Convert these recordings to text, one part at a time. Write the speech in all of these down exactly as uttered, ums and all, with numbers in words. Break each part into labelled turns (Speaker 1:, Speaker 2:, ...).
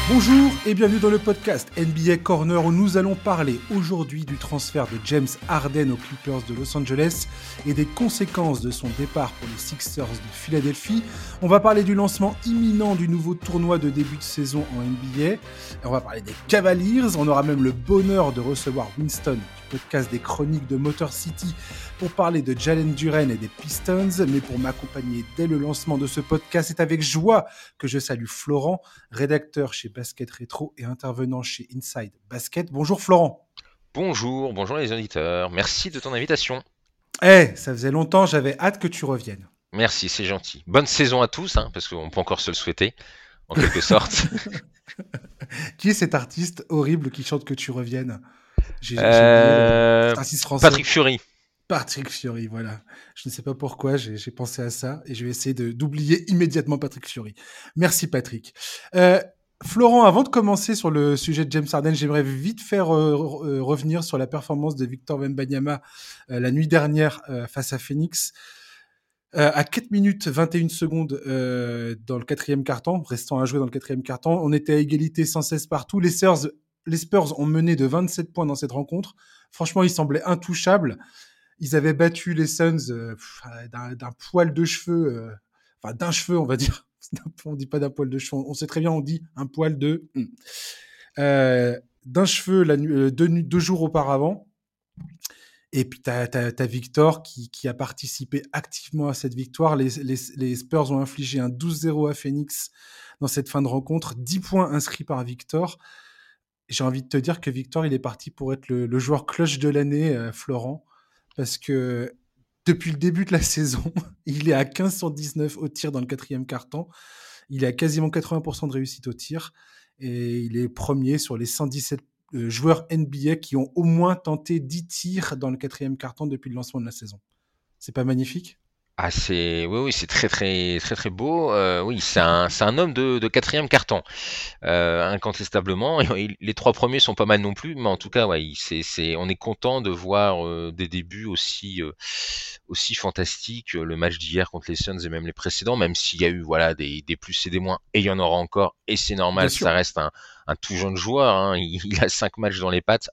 Speaker 1: Bonjour et bienvenue dans le podcast N B A Corner où nous allons parler aujourd'hui du transfert de James Harden aux Clippers de Los Angeles et des conséquences de son départ pour les Sixers de Philadelphie. On va parler du lancement imminent du nouveau tournoi de début de saison en N B A. Et on va parler des Cavaliers. On aura même le bonheur de recevoir Winston du podcast des chroniques de Motor City pour parler de Jalen Duren et des Pistons. Mais pour m'accompagner dès le lancement de ce podcast, c'est avec joie que je salue Florent, rédacteur chez Basket Rétro et intervenant chez Inside Basket. Bonjour Florent.
Speaker 2: Bonjour, bonjour les auditeurs. Merci de ton invitation.
Speaker 1: Eh, hey, ça faisait longtemps, j'avais hâte que tu reviennes.
Speaker 2: Merci, c'est gentil. Bonne saison à tous, hein, parce qu'on peut encore se le souhaiter, en quelque sorte.
Speaker 1: Qui est cet artiste horrible qui chante que tu reviennes?
Speaker 2: J'ai, euh... j'ai artiste français. Patrick Fiori.
Speaker 1: Patrick Fiori, voilà. Je ne sais pas pourquoi, j'ai, j'ai pensé à ça et je vais essayer de, d'oublier immédiatement Patrick Fiori. Merci Patrick. Euh, Florent, avant de commencer sur le sujet de James Harden, j'aimerais vite faire euh, re- revenir sur la performance de Victor Wembanyama euh, la nuit dernière euh, face à Phoenix. Euh, à quatre minutes vingt et une secondes euh, dans le quatrième quart-temps, restant à jouer dans le quatrième quart-temps, on était à égalité sans cesse partout. Les Spurs, les Spurs ont mené de vingt-sept points dans cette rencontre. Franchement, ils semblaient intouchables. Ils avaient battu les Suns euh, d'un, d'un poil de cheveux, euh, enfin d'un cheveu, on va dire. On dit pas d'un poil de cheveux, on sait très bien, on dit un poil de euh, d'un cheveu la, euh, deux, deux jours auparavant. Et puis t'as, t'as, t'as Victor qui, qui a participé activement à cette victoire. Les, les, les Spurs ont infligé un douze zéro à Phoenix dans cette fin de rencontre. dix points inscrits par Victor. J'ai envie de te dire que Victor, il est parti pour être le, le joueur clutch de l'année, euh, Florent. Parce que depuis le début de la saison, il est à quinze sur dix-neuf au tir dans le quatrième quart-temps. Il est à quasiment quatre-vingts pour cent de réussite au tir. Et il est premier sur les cent dix-sept euh, joueurs N B A qui ont au moins tenté dix tirs dans le quatrième quart-temps depuis le lancement de la saison. C'est pas magnifique ?
Speaker 2: Ah, c'est oui, oui, c'est très, très, très, très beau. Euh, oui, c'est un, c'est un homme de, de quatrième carton, euh, incontestablement. Et, les trois premiers sont pas mal non plus, mais en tout cas, ouais, c'est, c'est, on est content de voir euh, des débuts aussi, euh, aussi fantastiques. Le match d'hier contre les Suns et même les précédents, même s'il y a eu voilà des, des plus et des moins, et il y en aura encore, et c'est normal. Ça reste un, un tout jeune joueur. Hein, il, il a cinq matchs dans les pattes.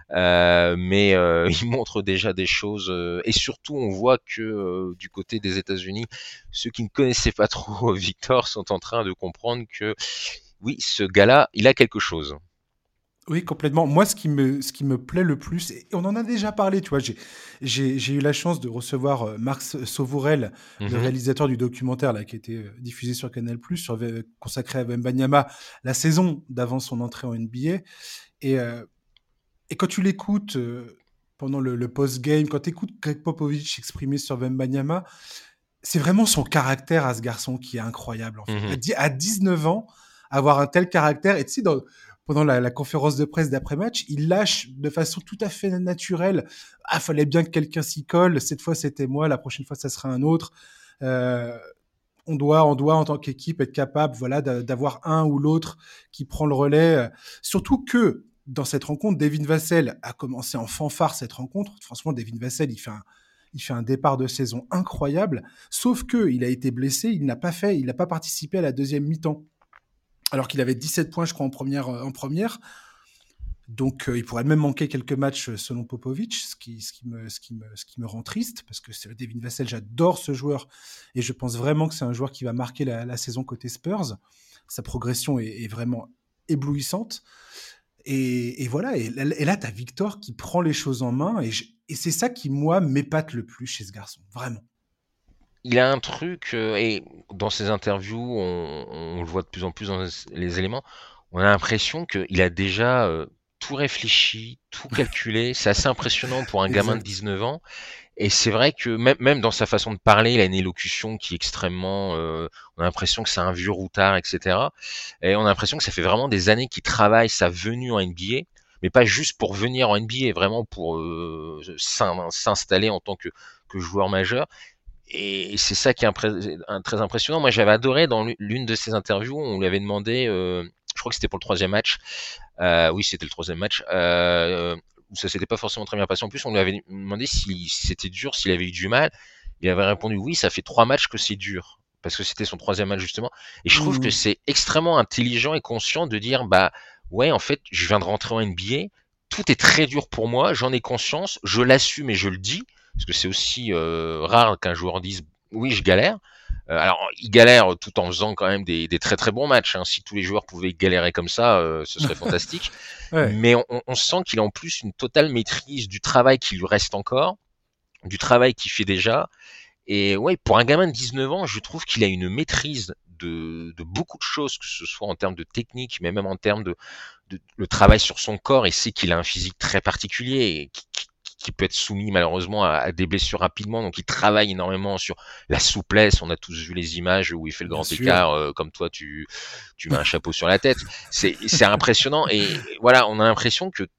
Speaker 2: Euh, mais euh, il montre déjà des choses euh, et surtout on voit que euh, du côté des États-Unis, ceux qui ne connaissaient pas trop Victor sont en train de comprendre que oui, ce gars-là, il a quelque chose.
Speaker 1: Oui, complètement. Moi, ce qui me, ce qui me plaît le plus, et on en a déjà parlé, tu vois, j'ai, j'ai, j'ai eu la chance de recevoir Marc Sauvourel, mm-hmm. le réalisateur du documentaire là, qui a été diffusé sur Canal+, sur, consacré à Wembanyama, la saison d'avant son entrée en N B A. Et, euh, et quand tu l'écoutes euh, pendant le, le post-game, quand tu écoutes Greg Popovich exprimer sur Wembanyama, c'est vraiment son caractère à ce garçon qui est incroyable. En fait. Mm-hmm. À, à dix-neuf ans, avoir un tel caractère, et tu sais, dans... pendant la, la conférence de presse d'après-match, il lâche de façon tout à fait naturelle. Ah, fallait bien que quelqu'un s'y colle. Cette fois, c'était moi. La prochaine fois, ça sera un autre. Euh, on doit, on doit en tant qu'équipe être capable, voilà, d'avoir un ou l'autre qui prend le relais. Surtout que dans cette rencontre, Devin Vassell a commencé en fanfare cette rencontre. Franchement, Devin Vassell, il fait un, il fait un départ de saison incroyable. Sauf que il a été blessé. Il n'a pas fait, il n'a pas participé à la deuxième mi-temps. Alors qu'il avait dix-sept points, je crois, en première. En première. Donc, euh, il pourrait même manquer quelques matchs selon Popovich, ce qui, ce qui, me, ce qui, me, ce qui me rend triste, parce que c'est Devin Vassell, j'adore ce joueur, et je pense vraiment que c'est un joueur qui va marquer la, la saison côté Spurs. Sa progression est, est vraiment éblouissante. Et, et voilà, et, et là, tu as Victor qui prend les choses en main, et, je, et c'est ça qui, moi, m'épate le plus chez ce garçon, vraiment.
Speaker 2: Il a un truc, euh, et dans ses interviews, on, on le voit de plus en plus dans les éléments, on a l'impression qu'il a déjà euh, tout réfléchi, tout calculé. C'est assez impressionnant pour un gamin exact. De dix-neuf ans. Et c'est vrai que même, même dans sa façon de parler, il a une élocution qui est extrêmement... Euh, on a l'impression que c'est un vieux routard, et cetera. Et on a l'impression que ça fait vraiment des années qu'il travaille sa venue en N B A, mais pas juste pour venir en N B A, vraiment pour euh, s'installer en tant que, que joueur majeur. Et c'est ça qui est impré- très impressionnant. Moi, j'avais adoré dans l'une de ses interviews, on lui avait demandé, euh, je crois que c'était pour le troisième match, euh, oui, c'était le troisième match, euh, ça s'était pas forcément très bien passé. En plus, on lui avait demandé si c'était dur, s'il avait eu du mal. Il avait répondu oui, ça fait trois matchs que c'est dur. parce que c'était son troisième match justement. Et je trouve que
Speaker 1: Mmh.
Speaker 2: c'est extrêmement intelligent et conscient de dire, bah ouais, en fait, je viens de rentrer en N B A, tout est très dur pour moi, j'en ai conscience, je l'assume et je le dis, parce que c'est aussi euh, rare qu'un joueur dise, oui, je galère. Euh, alors, il galère tout en faisant quand même des, des très très bons matchs. Hein. Si tous les joueurs pouvaient galérer comme ça, euh, ce serait fantastique.
Speaker 1: Ouais.
Speaker 2: Mais on, on sent qu'il a en plus une totale maîtrise du travail qui lui reste encore, du travail qu'il fait déjà. Et ouais, pour un gamin de dix-neuf ans, je trouve qu'il a une maîtrise de, de beaucoup de choses, que ce soit en termes de technique, mais même en termes de, de le travail sur son corps. Et c'est qu'il a un physique très particulier et qui, qui- qui peut être soumis malheureusement à, à des blessures rapidement. Donc il travaille énormément sur la souplesse. On a tous vu les images où il fait le
Speaker 1: Bien
Speaker 2: grand
Speaker 1: sûr.
Speaker 2: écart, euh, comme toi tu tu mets un chapeau sur la tête. C'est c'est impressionnant. Et voilà, on a l'impression que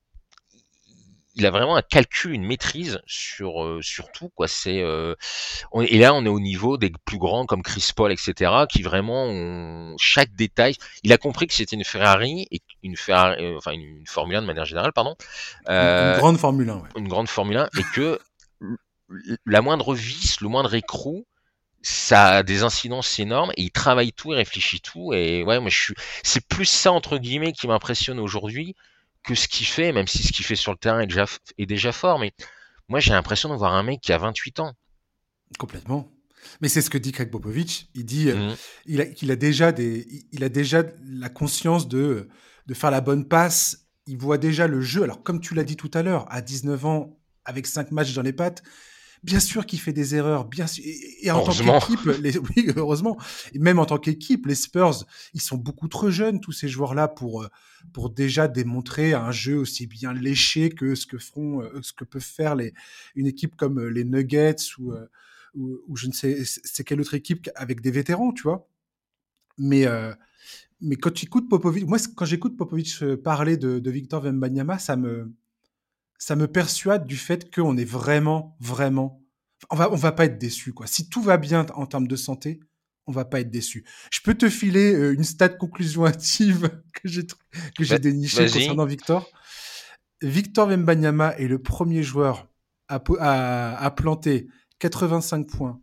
Speaker 2: il a vraiment un calcul, une maîtrise sur euh, sur tout quoi. C'est euh, on- et là on est au niveau des plus grands comme Chris Paul, et cetera, qui vraiment ont chaque détail. Il a compris que c'était une Ferrari et une Ferrari, euh, enfin une, une Formule un de manière générale, pardon,
Speaker 1: Une, une
Speaker 2: euh,
Speaker 1: grande Formule un, ouais.
Speaker 2: une grande Formule un, et que la moindre vis, le moindre écrou, ça a des incidences énormes et il travaille tout, il réfléchit tout. Et ouais, moi je suis, c'est plus ça entre guillemets qui m'impressionne aujourd'hui que ce qu'il fait, même si ce qu'il fait sur le terrain est déjà est déjà fort. Mais moi j'ai l'impression de voir un mec qui a vingt-huit ans.
Speaker 1: Complètement. Mais c'est ce que dit Greg Popovich. Il dit euh,
Speaker 2: Mmh.
Speaker 1: il, a, qu'il a déjà des, il- il a déjà la conscience de, de faire la bonne passe. Il voit déjà le jeu. Alors, comme tu l'as dit tout à l'heure, à dix-neuf ans, avec cinq matchs dans les pattes, bien sûr qu'il fait des erreurs. Bien sûr, et, et en tant
Speaker 2: Heureusement.
Speaker 1: qu'équipe, les, oui, heureusement, et même en tant qu'équipe, les Spurs, ils sont beaucoup trop jeunes, tous ces joueurs-là, pour, euh, pour déjà démontrer un jeu aussi bien léché que ce que feront, euh, ce que peuvent faire les, une équipe comme euh, les Nuggets ou, euh, ou, ou je ne sais c'est quelle autre équipe avec des vétérans, tu vois. Mais euh, mais quand tu écoutes Popovic, moi quand j'écoute Popovic euh, parler de, de Victor Wembanyama, ça me ça me persuade du fait qu'on est vraiment vraiment on va on va pas être déçu quoi. Si tout va bien en termes de santé, on va pas être déçu. Je peux te filer euh, une stat conclusion hâtive que j'ai que j'ai
Speaker 2: Va-
Speaker 1: dénichée
Speaker 2: Vas-y.
Speaker 1: concernant Victor. Victor Wembanyama est le premier joueur à, à, à planter quatre-vingt-cinq points,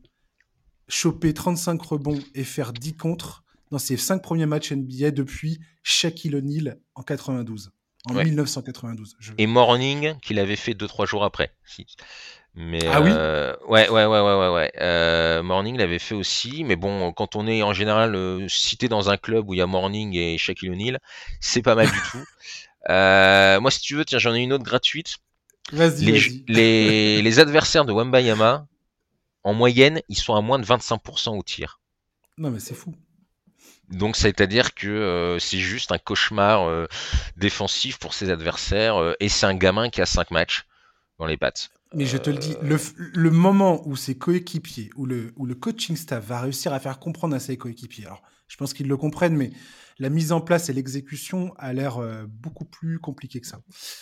Speaker 1: choper trente-cinq rebonds et faire dix contres dans ses cinq premiers matchs N B A depuis Shaquille O'Neal en quatre-vingt-douze. En
Speaker 2: Ouais.
Speaker 1: mille neuf cent quatre-vingt-douze. Je...
Speaker 2: Et Morning qu'il avait fait deux trois jours après. Si. Mais
Speaker 1: Ah oui.
Speaker 2: euh, ouais, ouais, ouais, ouais, ouais, ouais. Euh, Morning l'avait fait aussi. Mais bon, quand on est en général euh, cité dans un club où il y a Morning et Shaquille O'Neal, c'est pas mal du tout. Euh, moi, si tu veux, tiens, j'en ai une autre gratuite.
Speaker 1: Vas-y,
Speaker 2: Les,
Speaker 1: vas-y.
Speaker 2: les, les adversaires de Wembayama, en moyenne, ils sont à moins de vingt-cinq pour cent au tir.
Speaker 1: Non, mais c'est fou.
Speaker 2: Donc, c'est-à-dire que euh, c'est juste un cauchemar euh, défensif pour ses adversaires. Euh, et c'est un gamin qui a cinq matchs dans les pattes.
Speaker 1: Mais je te le dis, le,
Speaker 2: Euh,
Speaker 1: le moment où ses coéquipiers, où le, où le coaching staff va réussir à faire comprendre à ses coéquipiers, alors je pense qu'ils le comprennent, mais la mise en place et l'exécution a l'air euh, beaucoup plus compliqué que ça.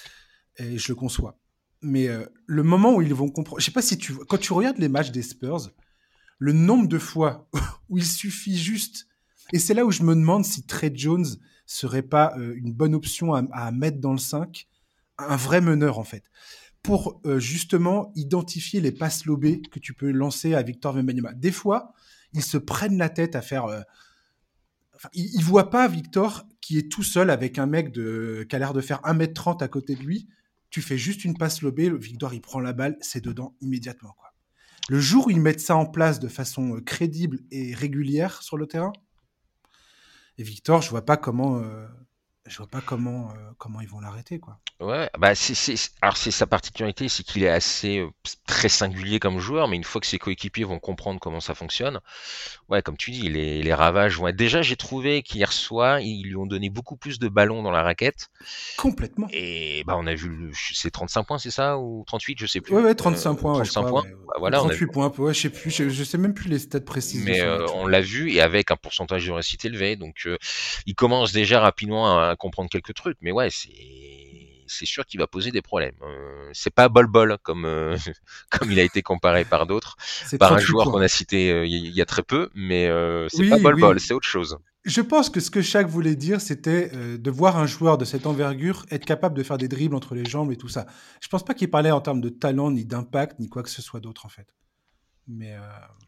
Speaker 1: Et je le conçois. Mais euh, le moment où ils vont comprendre, je sais pas si tu, quand tu regardes les matchs des Spurs, le nombre de fois où il suffit juste, et c'est là où je me demande si Trey Jones serait pas euh, une bonne option à, à mettre dans le cinq, un vrai meneur en fait, pour euh, justement identifier les passes lobées que tu peux lancer à Victor Wembanyama. Des fois, ils se prennent la tête à faire. Euh, enfin, ils, ils voient pas Victor qui est tout seul avec un mec de, qui a l'air de faire un mètre trente à côté de lui. Tu fais juste une passe lobée, Victor il prend la balle, c'est dedans immédiatement quoi. Le jour où ils mettent ça en place de façon euh, crédible et régulière sur le terrain, et Victor, je vois pas comment, euh, je vois pas comment, euh, comment ils vont l'arrêter quoi.
Speaker 2: Ouais, bah c'est, c'est, c'est- alors c'est sa particularité, c'est qu'il est assez euh, très singulier comme joueur, mais une fois que ses coéquipiers vont comprendre comment ça fonctionne, ouais, comme tu dis, les, les ravages vont être. Déjà, j'ai trouvé qu'hier soir, ils lui ont donné beaucoup plus de ballons dans la raquette,
Speaker 1: Complètement.
Speaker 2: et bah on a vu, le, c'est trente-cinq points, c'est ça, ou trente-huit, je sais
Speaker 1: Ouais,
Speaker 2: plus,
Speaker 1: ouais,
Speaker 2: euh,
Speaker 1: trente-cinq points, ouais, je
Speaker 2: trente-cinq
Speaker 1: crois,
Speaker 2: points.
Speaker 1: ouais.
Speaker 2: Bah
Speaker 1: Ou
Speaker 2: voilà, on a vu,
Speaker 1: trente-huit points, ouais, je sais plus, je, je sais même plus les stats précises de
Speaker 2: mais
Speaker 1: ce
Speaker 2: euh,
Speaker 1: match.
Speaker 2: on l'a vu et avec un pourcentage de réussite élevé, donc euh, il commence déjà rapidement à, à comprendre quelques trucs, mais ouais, c'est c'est sûr qu'il va poser des problèmes. Euh, c'est pas bol bol comme euh, comme il a été comparé par d'autres,
Speaker 1: C'est
Speaker 2: par un
Speaker 1: trente-huit
Speaker 2: joueur qu'on
Speaker 1: points.
Speaker 2: a cité euh, il y, y a très peu, mais euh, c'est pas
Speaker 1: Oui,
Speaker 2: bol bol,
Speaker 1: oui.
Speaker 2: c'est autre chose.
Speaker 1: Je pense que ce que Shaq voulait dire, c'était euh, de voir un joueur de cette envergure être capable de faire des dribbles entre les jambes et tout ça. Je pense pas qu'il parlait en termes de talent, ni d'impact, ni quoi que ce soit d'autre, en fait. Mais, euh,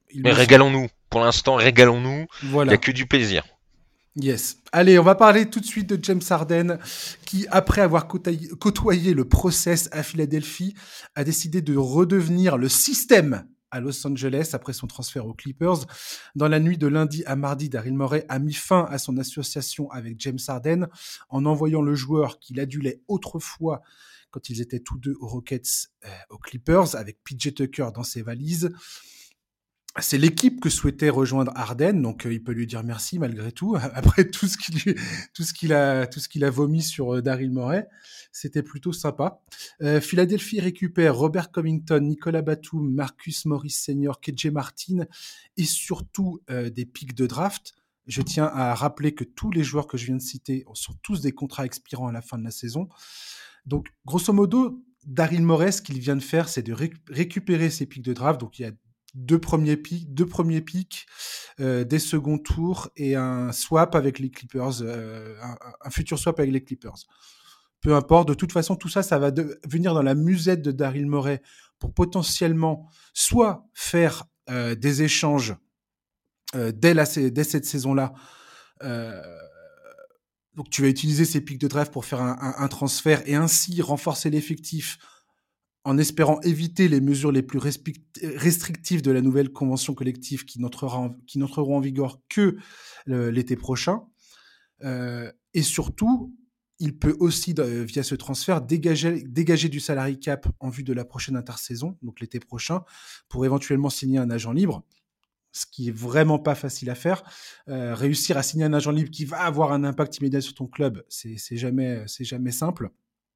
Speaker 1: Ils
Speaker 2: Mais
Speaker 1: le sont.
Speaker 2: régalons-nous. Pour l'instant, régalons-nous. Il n'y a
Speaker 1: Voilà.
Speaker 2: que du plaisir.
Speaker 1: Yes. Allez, on va parler tout de suite de James Harden, qui, après avoir côtoyé, côtoyé le process à Philadelphie, a décidé de redevenir le système à Los Angeles après son transfert aux Clippers. Dans la nuit de lundi à mardi, Daryl Morey a mis fin à son association avec James Harden en envoyant le joueur qu'il adulait autrefois quand ils étaient tous deux aux Rockets, euh, aux Clippers, avec P J Tucker dans ses valises. C'est l'équipe que souhaitait rejoindre Harden, donc euh, il peut lui dire merci malgré tout. Après tout ce qu'il lui- tout ce qu'il a tout ce qu'il a vomi sur euh, Daryl Morey, c'était plutôt sympa. Euh, Philadelphie récupère Robert Covington, Nicolas Batum, Marcus Morris Senior, K J Martin et surtout euh, des pics de draft. Je tiens à rappeler que tous les joueurs que je viens de citer sont tous des contrats expirant à la fin de la saison. Donc grosso modo, Daryl Morey, ce qu'il vient de faire, c'est de ré- récupérer ses pics de draft. Donc il y a deux premiers pics, deux premiers pics, euh, des seconds tours et un swap avec les Clippers, euh, un, un futur swap avec les Clippers. Peu importe, de toute façon, tout ça, ça va de, venir dans la musette de Daryl Morey pour potentiellement soit faire euh, des échanges euh, dès, la, dès cette saison-là. Euh, donc tu vas utiliser ces pics de draft pour faire un, un, un transfert et ainsi renforcer l'effectif en espérant éviter les mesures les plus restrictives de la nouvelle convention collective qui n'entrera en, qui n'entreront en vigueur que euh, l'été prochain. Euh, et surtout, il peut aussi, euh, via ce transfert, dégager, dégager du salary cap en vue de la prochaine intersaison, donc l'été prochain, pour éventuellement signer un agent libre, ce qui est vraiment pas facile à faire. Euh, réussir à signer un agent libre qui va avoir un impact immédiat sur ton club, c'est, c'est jamais, c'est jamais simple.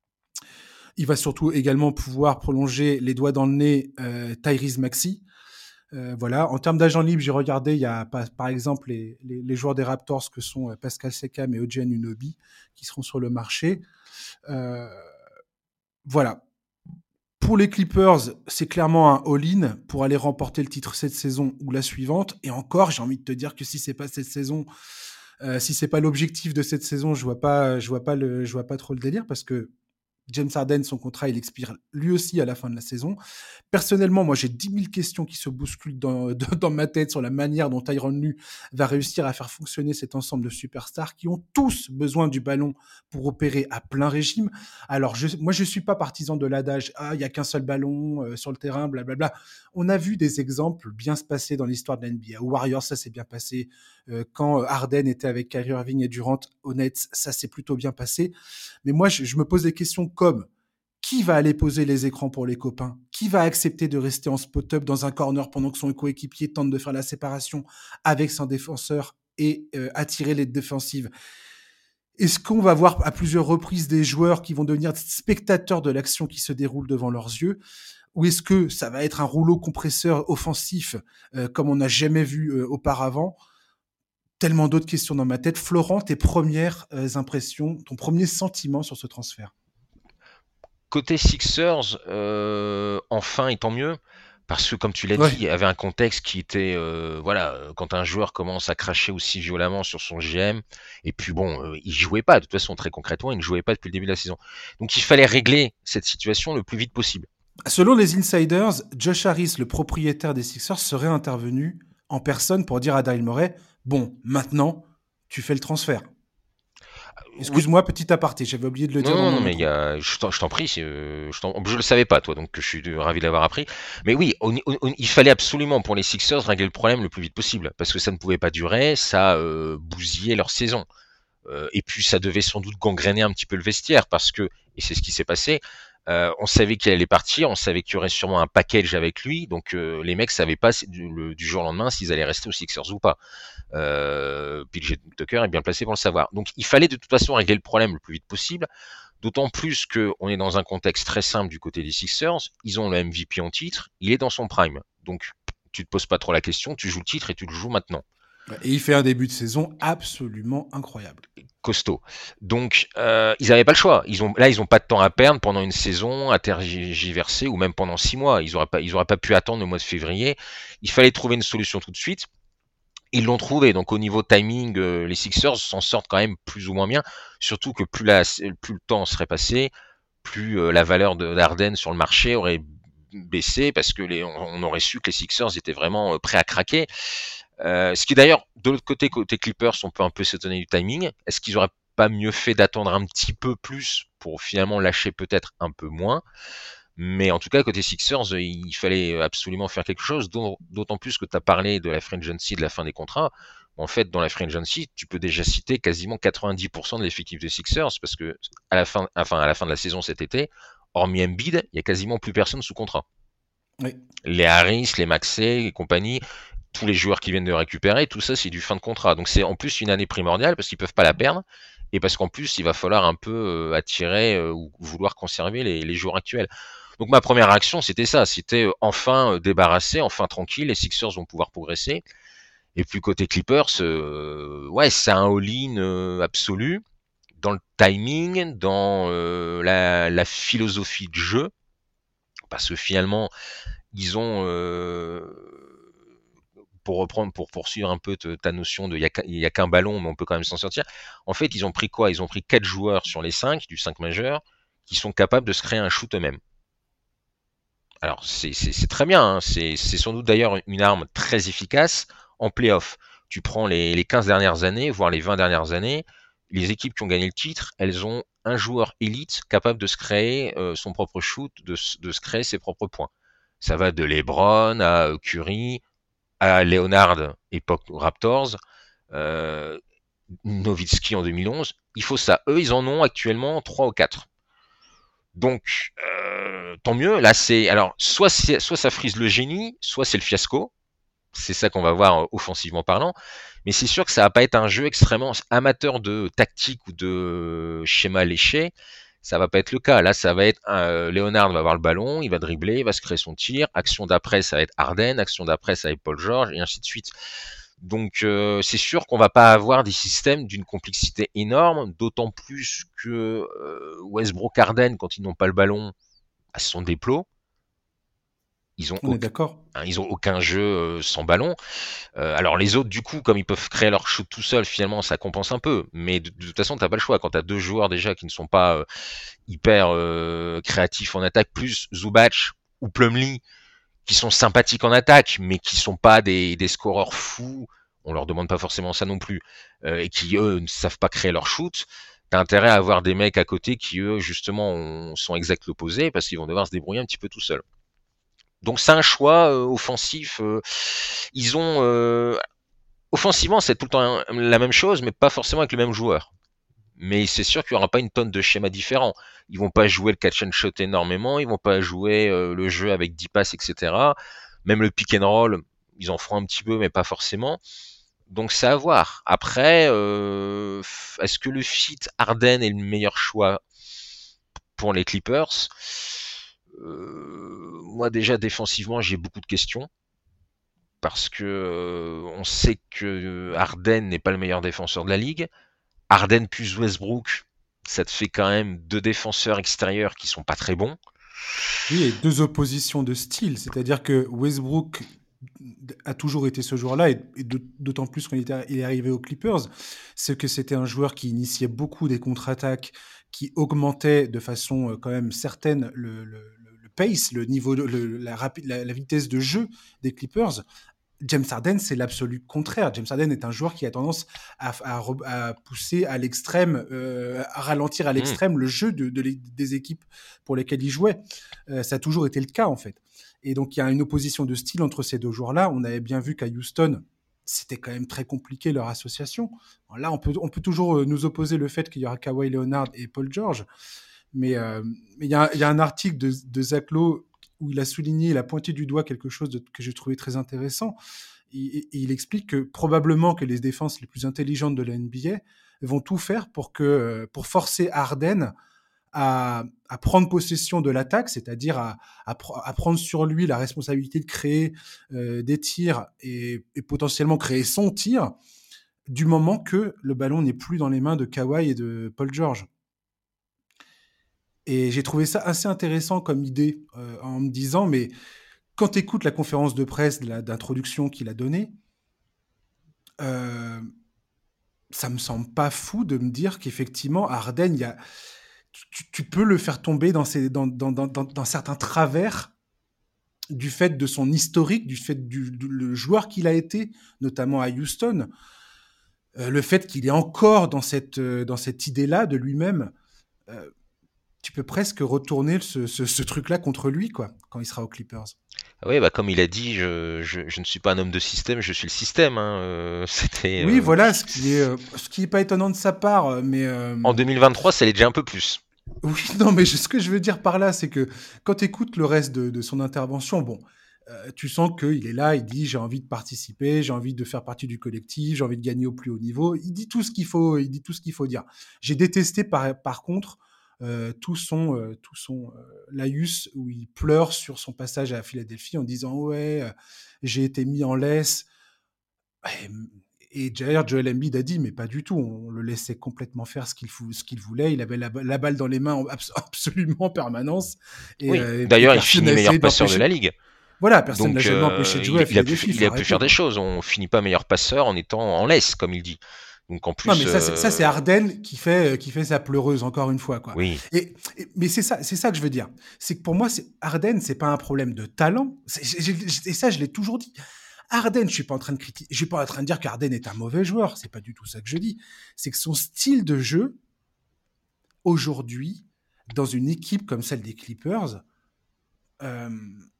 Speaker 1: Il va surtout également pouvoir prolonger les doigts dans le nez euh, Tyrese Maxey. Euh, voilà. En termes d'agents libres, j'ai regardé, il y a par, par exemple les, les, les joueurs des Raptors que sont Pascal Siakam et O G Anunoby qui seront sur le marché. Euh, voilà. Pour les Clippers, c'est clairement un all-in pour aller remporter le titre cette saison ou la suivante. Et encore, j'ai envie de te dire que si c'est pas cette saison, euh, si c'est pas l'objectif de cette saison, je vois pas, je vois pas le, je vois pas trop le délire parce que James Harden, son contrat, il expire lui aussi à la fin de la saison. Personnellement, moi, j'ai dix mille questions qui se bousculent dans, dans ma tête sur la manière dont Tyronn Lue va réussir à faire fonctionner cet ensemble de superstars qui ont tous besoin du ballon pour opérer à plein régime. Alors, je, moi, je suis pas partisan de l'adage « Ah, il n'y a qu'un seul ballon euh, sur le terrain, blablabla ». On a vu des exemples bien se passer dans l'histoire de la N B A. Aux Warriors, ça s'est bien passé. Euh, quand Harden était avec Kyrie Irving et Durant aux Nets, ça s'est plutôt bien passé. Mais moi, je, je me pose des questions comme qui va aller poser les écrans pour les copains? Qui va accepter de rester en spot-up dans un corner pendant que son coéquipier tente de faire la séparation avec son défenseur et euh, attirer les défensives? Est-ce qu'on va voir à plusieurs reprises des joueurs qui vont devenir spectateurs de l'action qui se déroule devant leurs yeux? Ou est-ce que ça va être un rouleau compresseur offensif euh, comme on n'a jamais vu euh, auparavant? Tellement d'autres questions dans ma tête. Florent, tes premières euh, impressions, ton premier sentiment sur ce transfert?
Speaker 2: Côté Sixers, euh, enfin et tant mieux, parce que comme tu l'as dit,
Speaker 1: Ouais.
Speaker 2: il y avait un contexte qui était, euh, voilà, quand un joueur commence à cracher aussi violemment sur son G M, et puis bon, euh, il jouait pas, de toute façon très concrètement, il ne jouait pas depuis le début de la saison. Donc il fallait régler cette situation le plus vite possible.
Speaker 1: Selon les insiders, Josh Harris, le propriétaire des Sixers, serait intervenu en personne pour dire à Daryl Morey « Bon, maintenant, tu fais le transfert. »
Speaker 2: Oui,
Speaker 1: Excuse-moi, petit aparté, j'avais oublié de le
Speaker 2: non,
Speaker 1: dire dans
Speaker 2: non, non,
Speaker 1: mon
Speaker 2: mais il y
Speaker 1: intro.
Speaker 2: a, je t'en je t'en prie, c'est, euh, je, t'en- je le savais pas, toi, donc je suis ravi de l'avoir appris. Mais oui, on- on- il fallait absolument pour les Sixers régler le problème le plus vite possible, parce que ça ne pouvait pas durer, ça euh, bousillait leur saison. Euh, et puis ça devait sans doute gangréner un petit peu le vestiaire, parce que, et c'est ce qui s'est passé, euh, on savait qu'il allait partir, on savait qu'il y aurait sûrement un package avec lui, donc euh, les mecs savaient pas du, le- du jour au lendemain s'ils allaient rester aux Sixers ou pas. Euh, P J Tucker est bien placé pour le savoir. Donc il fallait de toute façon régler le problème le plus vite possible. D'autant plus qu'on est dans un contexte très simple du côté des Sixers. Ils ont le M V P en titre, il est dans son prime. Donc tu te poses pas trop la question, tu joues le titre et tu le joues maintenant.
Speaker 1: Et il fait un début de saison absolument incroyable.
Speaker 2: Costaud. Donc euh, ils n'avaient pas le choix. Ils ont, là, ils n'ont pas de temps à perdre pendant une saison, à tergiverser ou même pendant six mois. Ils n'auraient pas, ils auraient pas pu attendre le mois de février. Il fallait trouver une solution tout de suite. Ils l'ont trouvé, donc au niveau timing, euh, les Sixers s'en sortent quand même plus ou moins bien, surtout que plus, la, plus le temps serait passé, plus euh, la valeur de d'Harden sur le marché aurait baissé parce que les, on, on aurait su que les Sixers étaient vraiment prêts à craquer. Euh, ce qui d'ailleurs, de l'autre côté, côté Clippers, on peut un peu s'étonner du timing. Est-ce qu'ils auraient pas mieux fait d'attendre un petit peu plus pour finalement lâcher peut-être un peu moins? Mais en tout cas, côté Sixers, il fallait absolument faire quelque chose, d'autant plus que tu as parlé de la free agency, de la fin des contrats. En fait, dans la free agency, tu peux déjà citer quasiment quatre-vingt-dix pour cent de l'effectif des Sixers, parce que à la fin, enfin, à la fin de la saison cet été, hormis Embiid, il y a quasiment plus personne sous contrat.
Speaker 1: Oui.
Speaker 2: Les Harris, les Maxey et compagnie, tous les joueurs qui viennent de récupérer, tout ça, c'est du fin de contrat. Donc c'est en plus une année primordiale parce qu'ils peuvent pas la perdre et parce qu'en plus, il va falloir un peu euh, attirer euh, ou vouloir conserver les, les joueurs actuels. Donc ma première réaction, c'était ça, c'était euh, enfin euh, débarrassé, enfin tranquille, les Sixers vont pouvoir progresser. Et puis côté Clippers, euh, ouais, c'est un all-in euh, absolu dans le timing, dans euh, la, la philosophie de jeu, parce que finalement, ils ont, euh, pour reprendre, pour poursuivre un peu te, ta notion de il y a qu'un ballon, mais on peut quand même s'en sortir. En fait, ils ont pris quoi? Ils ont pris quatre joueurs sur les cinq du cinq majeur qui sont capables de se créer un shoot eux-mêmes. Alors c'est très bien, hein. c'est sans doute d'ailleurs une arme très efficace en playoff. Tu prends les, les quinze dernières années, voire les vingt dernières années, les équipes qui ont gagné le titre, elles ont un joueur élite capable de se créer euh, son propre shoot, de, de se créer ses propres points. Ça va de LeBron à Curry, à Leonard, époque Raptors, euh, Nowitzki en deux mille onze. Il faut ça. Eux, ils en ont actuellement trois ou quatre. Donc, euh, tant mieux. Là, c'est alors soit soit ça frise le génie, soit c'est le fiasco. C'est ça qu'on va voir euh, offensivement parlant. Mais c'est sûr que ça va pas être un jeu extrêmement amateur de tactique ou de schéma léché. Ça va pas être le cas. Là, ça va être euh, Leonard va avoir le ballon, il va dribbler, il va se créer son tir. Action d'après, ça va être Harden. Action d'après, ça va être Paul George, et ainsi de suite. Donc, euh, c'est sûr qu'on va pas avoir des systèmes d'une complexité énorme, d'autant plus que euh, Westbrook, Harden, quand ils n'ont pas le ballon, bah, ce sont des plots. Ils ont
Speaker 1: On est
Speaker 2: aucun,
Speaker 1: d'accord.
Speaker 2: hein, ils ont aucun jeu euh, sans ballon. Euh, alors les autres, du coup, comme ils peuvent créer leur shoot tout seuls, finalement, ça compense un peu. Mais de, de toute façon, t'as pas le choix. Quand t'as deux joueurs déjà qui ne sont pas euh, hyper euh, créatifs en attaque, plus Zubac ou Plumlee, qui sont sympathiques en attaque, mais qui sont pas des, des scoreurs fous, on leur demande pas forcément ça non plus, euh, et qui eux ne savent pas créer leur shoot, t'as intérêt à avoir des mecs à côté qui eux justement ont, sont exact l'opposé, parce qu'ils vont devoir se débrouiller un petit peu tout seuls. Donc c'est un choix euh, offensif. Euh, ils ont euh, offensivement c'est tout le temps la même chose, mais pas forcément avec le même joueur. Mais c'est sûr qu'il n'y aura pas une tonne de schémas différents. Ils vont pas jouer le catch and shot énormément, ils vont pas jouer euh, le jeu avec dix passes, et cetera. Même le pick and roll, ils en feront un petit peu, mais pas forcément. Donc c'est à voir. Après, euh, est-ce que le fit Harden est le meilleur choix pour les Clippers? euh, Moi déjà défensivement, j'ai beaucoup de questions. Parce que euh, on sait que Harden n'est pas le meilleur défenseur de la ligue. Harden plus Westbrook, ça te fait quand même deux défenseurs extérieurs qui sont pas très bons.
Speaker 1: Oui, et deux oppositions de style. C'est-à-dire que Westbrook a toujours été ce joueur-là, et, et d'autant plus quand il, était, il est arrivé aux Clippers, c'est que c'était un joueur qui initiait beaucoup des contre-attaques, qui augmentait de façon euh, quand même certaine le, le, le pace, le niveau, de, le, la, rapide, la, la vitesse de jeu des Clippers. James Harden, c'est l'absolu contraire. James Harden est un joueur qui a tendance à, à, à pousser à l'extrême, euh, à ralentir à l'extrême mmh. le jeu de, de, des équipes pour lesquelles il jouait. Euh, ça a toujours été le cas, en fait. Et donc, il y a une opposition de style entre ces deux joueurs-là. On avait bien vu qu'à Houston, c'était quand même très compliqué leur association. Alors là, on peut, on peut toujours nous opposer le fait qu'il y aura Kawhi Leonard et Paul George. Mais euh, il y, y a un article de, de Zach Lowe où il a souligné, il a pointé du doigt quelque chose de, que j'ai trouvé très intéressant. Et, et il explique que probablement que les défenses les plus intelligentes de la N B A vont tout faire pour, que, pour forcer Harden à, à prendre possession de l'attaque, c'est-à-dire à, à, à prendre sur lui la responsabilité de créer euh, des tirs et, et potentiellement créer son tir du moment que le ballon n'est plus dans les mains de Kawhi et de Paul George. Et j'ai trouvé ça assez intéressant comme idée euh, en me disant, mais quand tu écoutes la conférence de presse d'introduction qu'il a donnée, euh, ça me semble pas fou de me dire qu'effectivement, Harden, y a, tu, tu peux le faire tomber dans, ces, dans, dans, dans, dans certains travers du fait de son historique, du fait du, du le joueur qu'il a été, notamment à Houston, euh, le fait qu'il est encore dans cette, euh, dans cette idée-là de lui-même, euh, tu peux presque retourner ce, ce, ce truc-là contre lui, quoi, quand il sera aux Clippers.
Speaker 2: Oui, bah comme il a dit, je, je, je ne suis pas un homme de système, je suis le système. Hein, euh, c'était
Speaker 1: Oui,
Speaker 2: euh,
Speaker 1: voilà, ce qui est, euh, ce qui est pas étonnant de sa part, euh, mais euh,
Speaker 2: en deux mille vingt-trois, ça l'est déjà un peu plus.
Speaker 1: oui, non, mais je- ce que je veux dire par là, c'est que quand tu écoutes le reste de, de son intervention, bon, euh, tu sens qu'il est là, il dit j'ai envie de participer, j'ai envie de faire partie du collectif, j'ai envie de gagner au plus haut niveau. Il dit tout ce qu'il faut, il dit tout ce qu'il faut dire. J'ai détesté par, par contre euh, tout son, euh, tout son euh, laïus où il pleure sur son passage à Philadelphie en disant ouais, euh, j'ai été mis en laisse. Et, et d'ailleurs, Joel Embiid a dit, mais pas du tout. On le laissait complètement faire ce qu'il, fou- ce qu'il voulait. Il avait la, la balle dans les mains en abs- absolument en permanence. Et,
Speaker 2: Oui,
Speaker 1: euh, et
Speaker 2: d'ailleurs, il
Speaker 1: personne
Speaker 2: finit
Speaker 1: n'a
Speaker 2: meilleur
Speaker 1: essayé
Speaker 2: passeur de
Speaker 1: d'empêcher.
Speaker 2: la ligue.
Speaker 1: Voilà, personne n'a
Speaker 2: Donc,
Speaker 1: jamais empêché
Speaker 2: euh,
Speaker 1: de jouer
Speaker 2: il,
Speaker 1: à
Speaker 2: il a pu,
Speaker 1: Philadelphie. Il faut
Speaker 2: il a pu
Speaker 1: arrêter,
Speaker 2: faire des
Speaker 1: quoi.
Speaker 2: choses. On finit pas meilleur passeur en étant en laisse, comme il dit. Donc, en
Speaker 1: Non,
Speaker 2: plus,
Speaker 1: mais ça, c'est, ça, c'est
Speaker 2: euh,
Speaker 1: Harden qui fait, euh, qui fait sa pleureuse, encore une fois, quoi.
Speaker 2: oui.
Speaker 1: Et, et- mais c'est ça, c'est ça que je veux dire. C'est que pour moi, c'est, Harden, c'est pas un problème de talent. C'est- j'ai- j'ai- et ça, je l'ai toujours dit. Harden, je suis pas en train de critiquer, je suis pas en train de dire qu'Harden est un mauvais joueur. C'est pas du tout ça que je dis. C'est que son style de jeu, aujourd'hui, dans une équipe comme celle des Clippers, euh,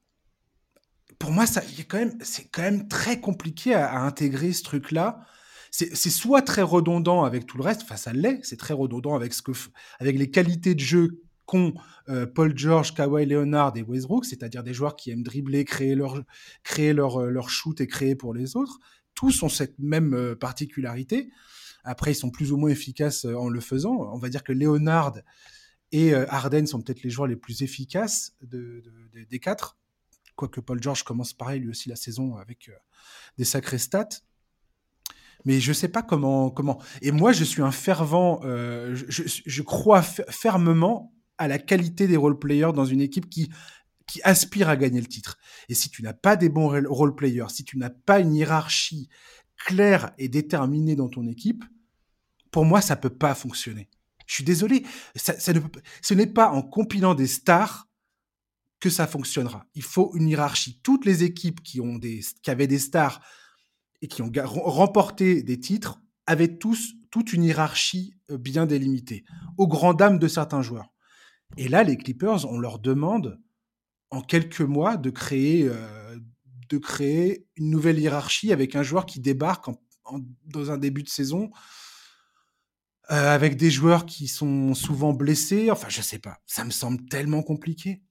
Speaker 1: pour moi, ça, y a quand même, c'est quand même très compliqué à, à intégrer ce truc-là. C'est, c'est soit très redondant avec tout le reste, enfin ça l'est, c'est très redondant avec, ce que, f- avec les qualités de jeu qu'ont euh, Paul George, Kawhi Leonard et Westbrook, c'est-à-dire des joueurs qui aiment dribbler, créer leur, créer leur, euh, leur shoot et créer pour les autres. Tous ont cette même euh, particularité. Après, ils sont plus ou moins efficaces euh, en le faisant. On va dire que Leonard et euh, Harden sont peut-être les joueurs les plus efficaces de, de- de- des quatre. Quoique Paul George commence pareil, lui aussi, la saison avec euh, des sacrés stats. Mais je sais pas comment. comment. Et moi, je suis un fervent. Euh, je, je, je crois f- fermement à la qualité des role-players dans une équipe qui, qui aspire à gagner le titre. Et si tu n'as pas des bons role-players, si tu n'as pas une hiérarchie claire et déterminée dans ton équipe, pour moi, ça peut pas fonctionner. Je suis désolé, ça, ça ne peut, ce n'est pas en compilant des stars que ça fonctionnera. Il faut une hiérarchie. Toutes les équipes qui, ont des, qui avaient des stars et qui ont remporté des titres avaient tous toute une hiérarchie bien délimitée, aux grandes dames de certains joueurs. Et là, les Clippers, on leur demande en quelques mois de créer, euh, de créer une nouvelle hiérarchie avec un joueur qui débarque en, en, dans un début de saison, euh, avec des joueurs qui sont souvent blessés. Enfin, je sais pas. Ça me semble tellement compliqué.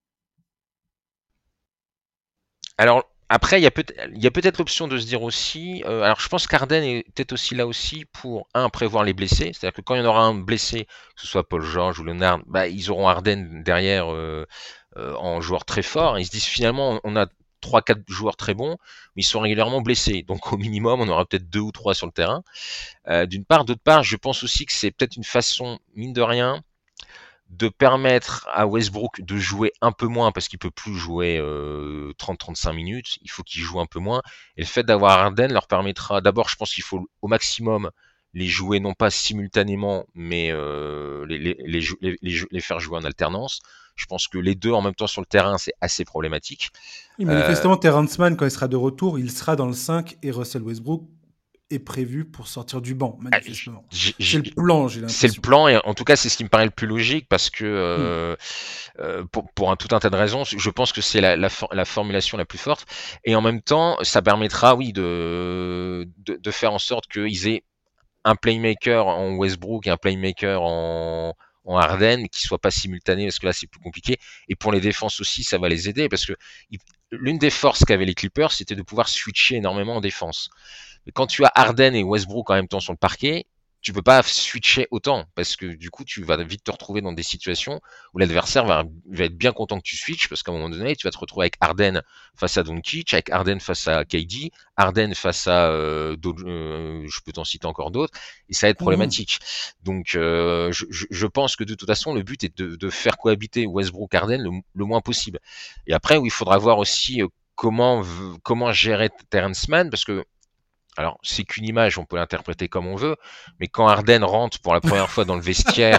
Speaker 2: Alors, après, il y a peut-être il y a peut-être l'option de se dire aussi. Euh, alors, je pense qu'Arden est peut-être aussi là aussi pour, un, prévoir les blessés. C'est-à-dire que quand il y en aura un blessé, que ce soit Paul George ou Leonard, bah, ils auront Arden derrière euh, euh, en joueur très fort. Ils se disent finalement, on a trois quatre joueurs très bons, mais ils sont régulièrement blessés. Donc, au minimum, on aura peut-être deux ou trois sur le terrain. Euh, d'une part. D'autre part, je pense aussi que c'est peut-être une façon, mine de rien, de permettre à Westbrook de jouer un peu moins parce qu'il peut plus jouer euh, trente à trente-cinq minutes, il faut qu'il joue un peu moins. Et le fait d'avoir Harden leur permettra, d'abord, je pense qu'il faut au maximum les jouer non pas simultanément, mais euh, les, les, les, les, les faire jouer en alternance. Je pense que les deux en même temps sur le terrain, c'est assez problématique.
Speaker 1: Et manifestement, euh, Terrence Mann, quand il sera de retour, il sera dans le cinq et Russell Westbrook est prévu pour sortir du banc, manifestement.
Speaker 2: J- j-
Speaker 1: c'est le plan, j'ai l'impression.
Speaker 2: C'est le plan, et en tout cas, c'est ce qui me paraît le plus logique, parce que euh, hmm. euh, pour, pour un tout un tas de raisons, je pense que c'est la, la, for la formulation la plus forte, et en même temps, ça permettra, oui, de, de, de faire en sorte qu'ils aient un playmaker en Westbrook et un playmaker en, en Harden qui soit pas simultané, parce que là, c'est plus compliqué, et pour les défenses aussi, ça va les aider, parce que l'une des forces qu'avaient les Clippers, c'était de pouvoir switcher énormément en défense. Mais quand tu as Harden et Westbrook en même temps sur le parquet, tu peux pas switcher autant, parce que du coup, tu vas vite te retrouver dans des situations où l'adversaire va, va être bien content que tu switches, parce qu'à un moment donné, tu vas te retrouver avec Harden face à Doncic, avec Harden face à K D, Harden face à, euh, euh, je peux t'en citer encore d'autres, et ça va être problématique. Mmh. Donc, euh, je, je pense que de toute façon, le but est de, de faire cohabiter Westbrook, Harden le, le moins possible. Et après, où il faudra voir aussi comment comment gérer Terrence Mann, parce que alors, c'est qu'une image, on peut l'interpréter comme on veut, mais quand Harden rentre pour la première fois dans le vestiaire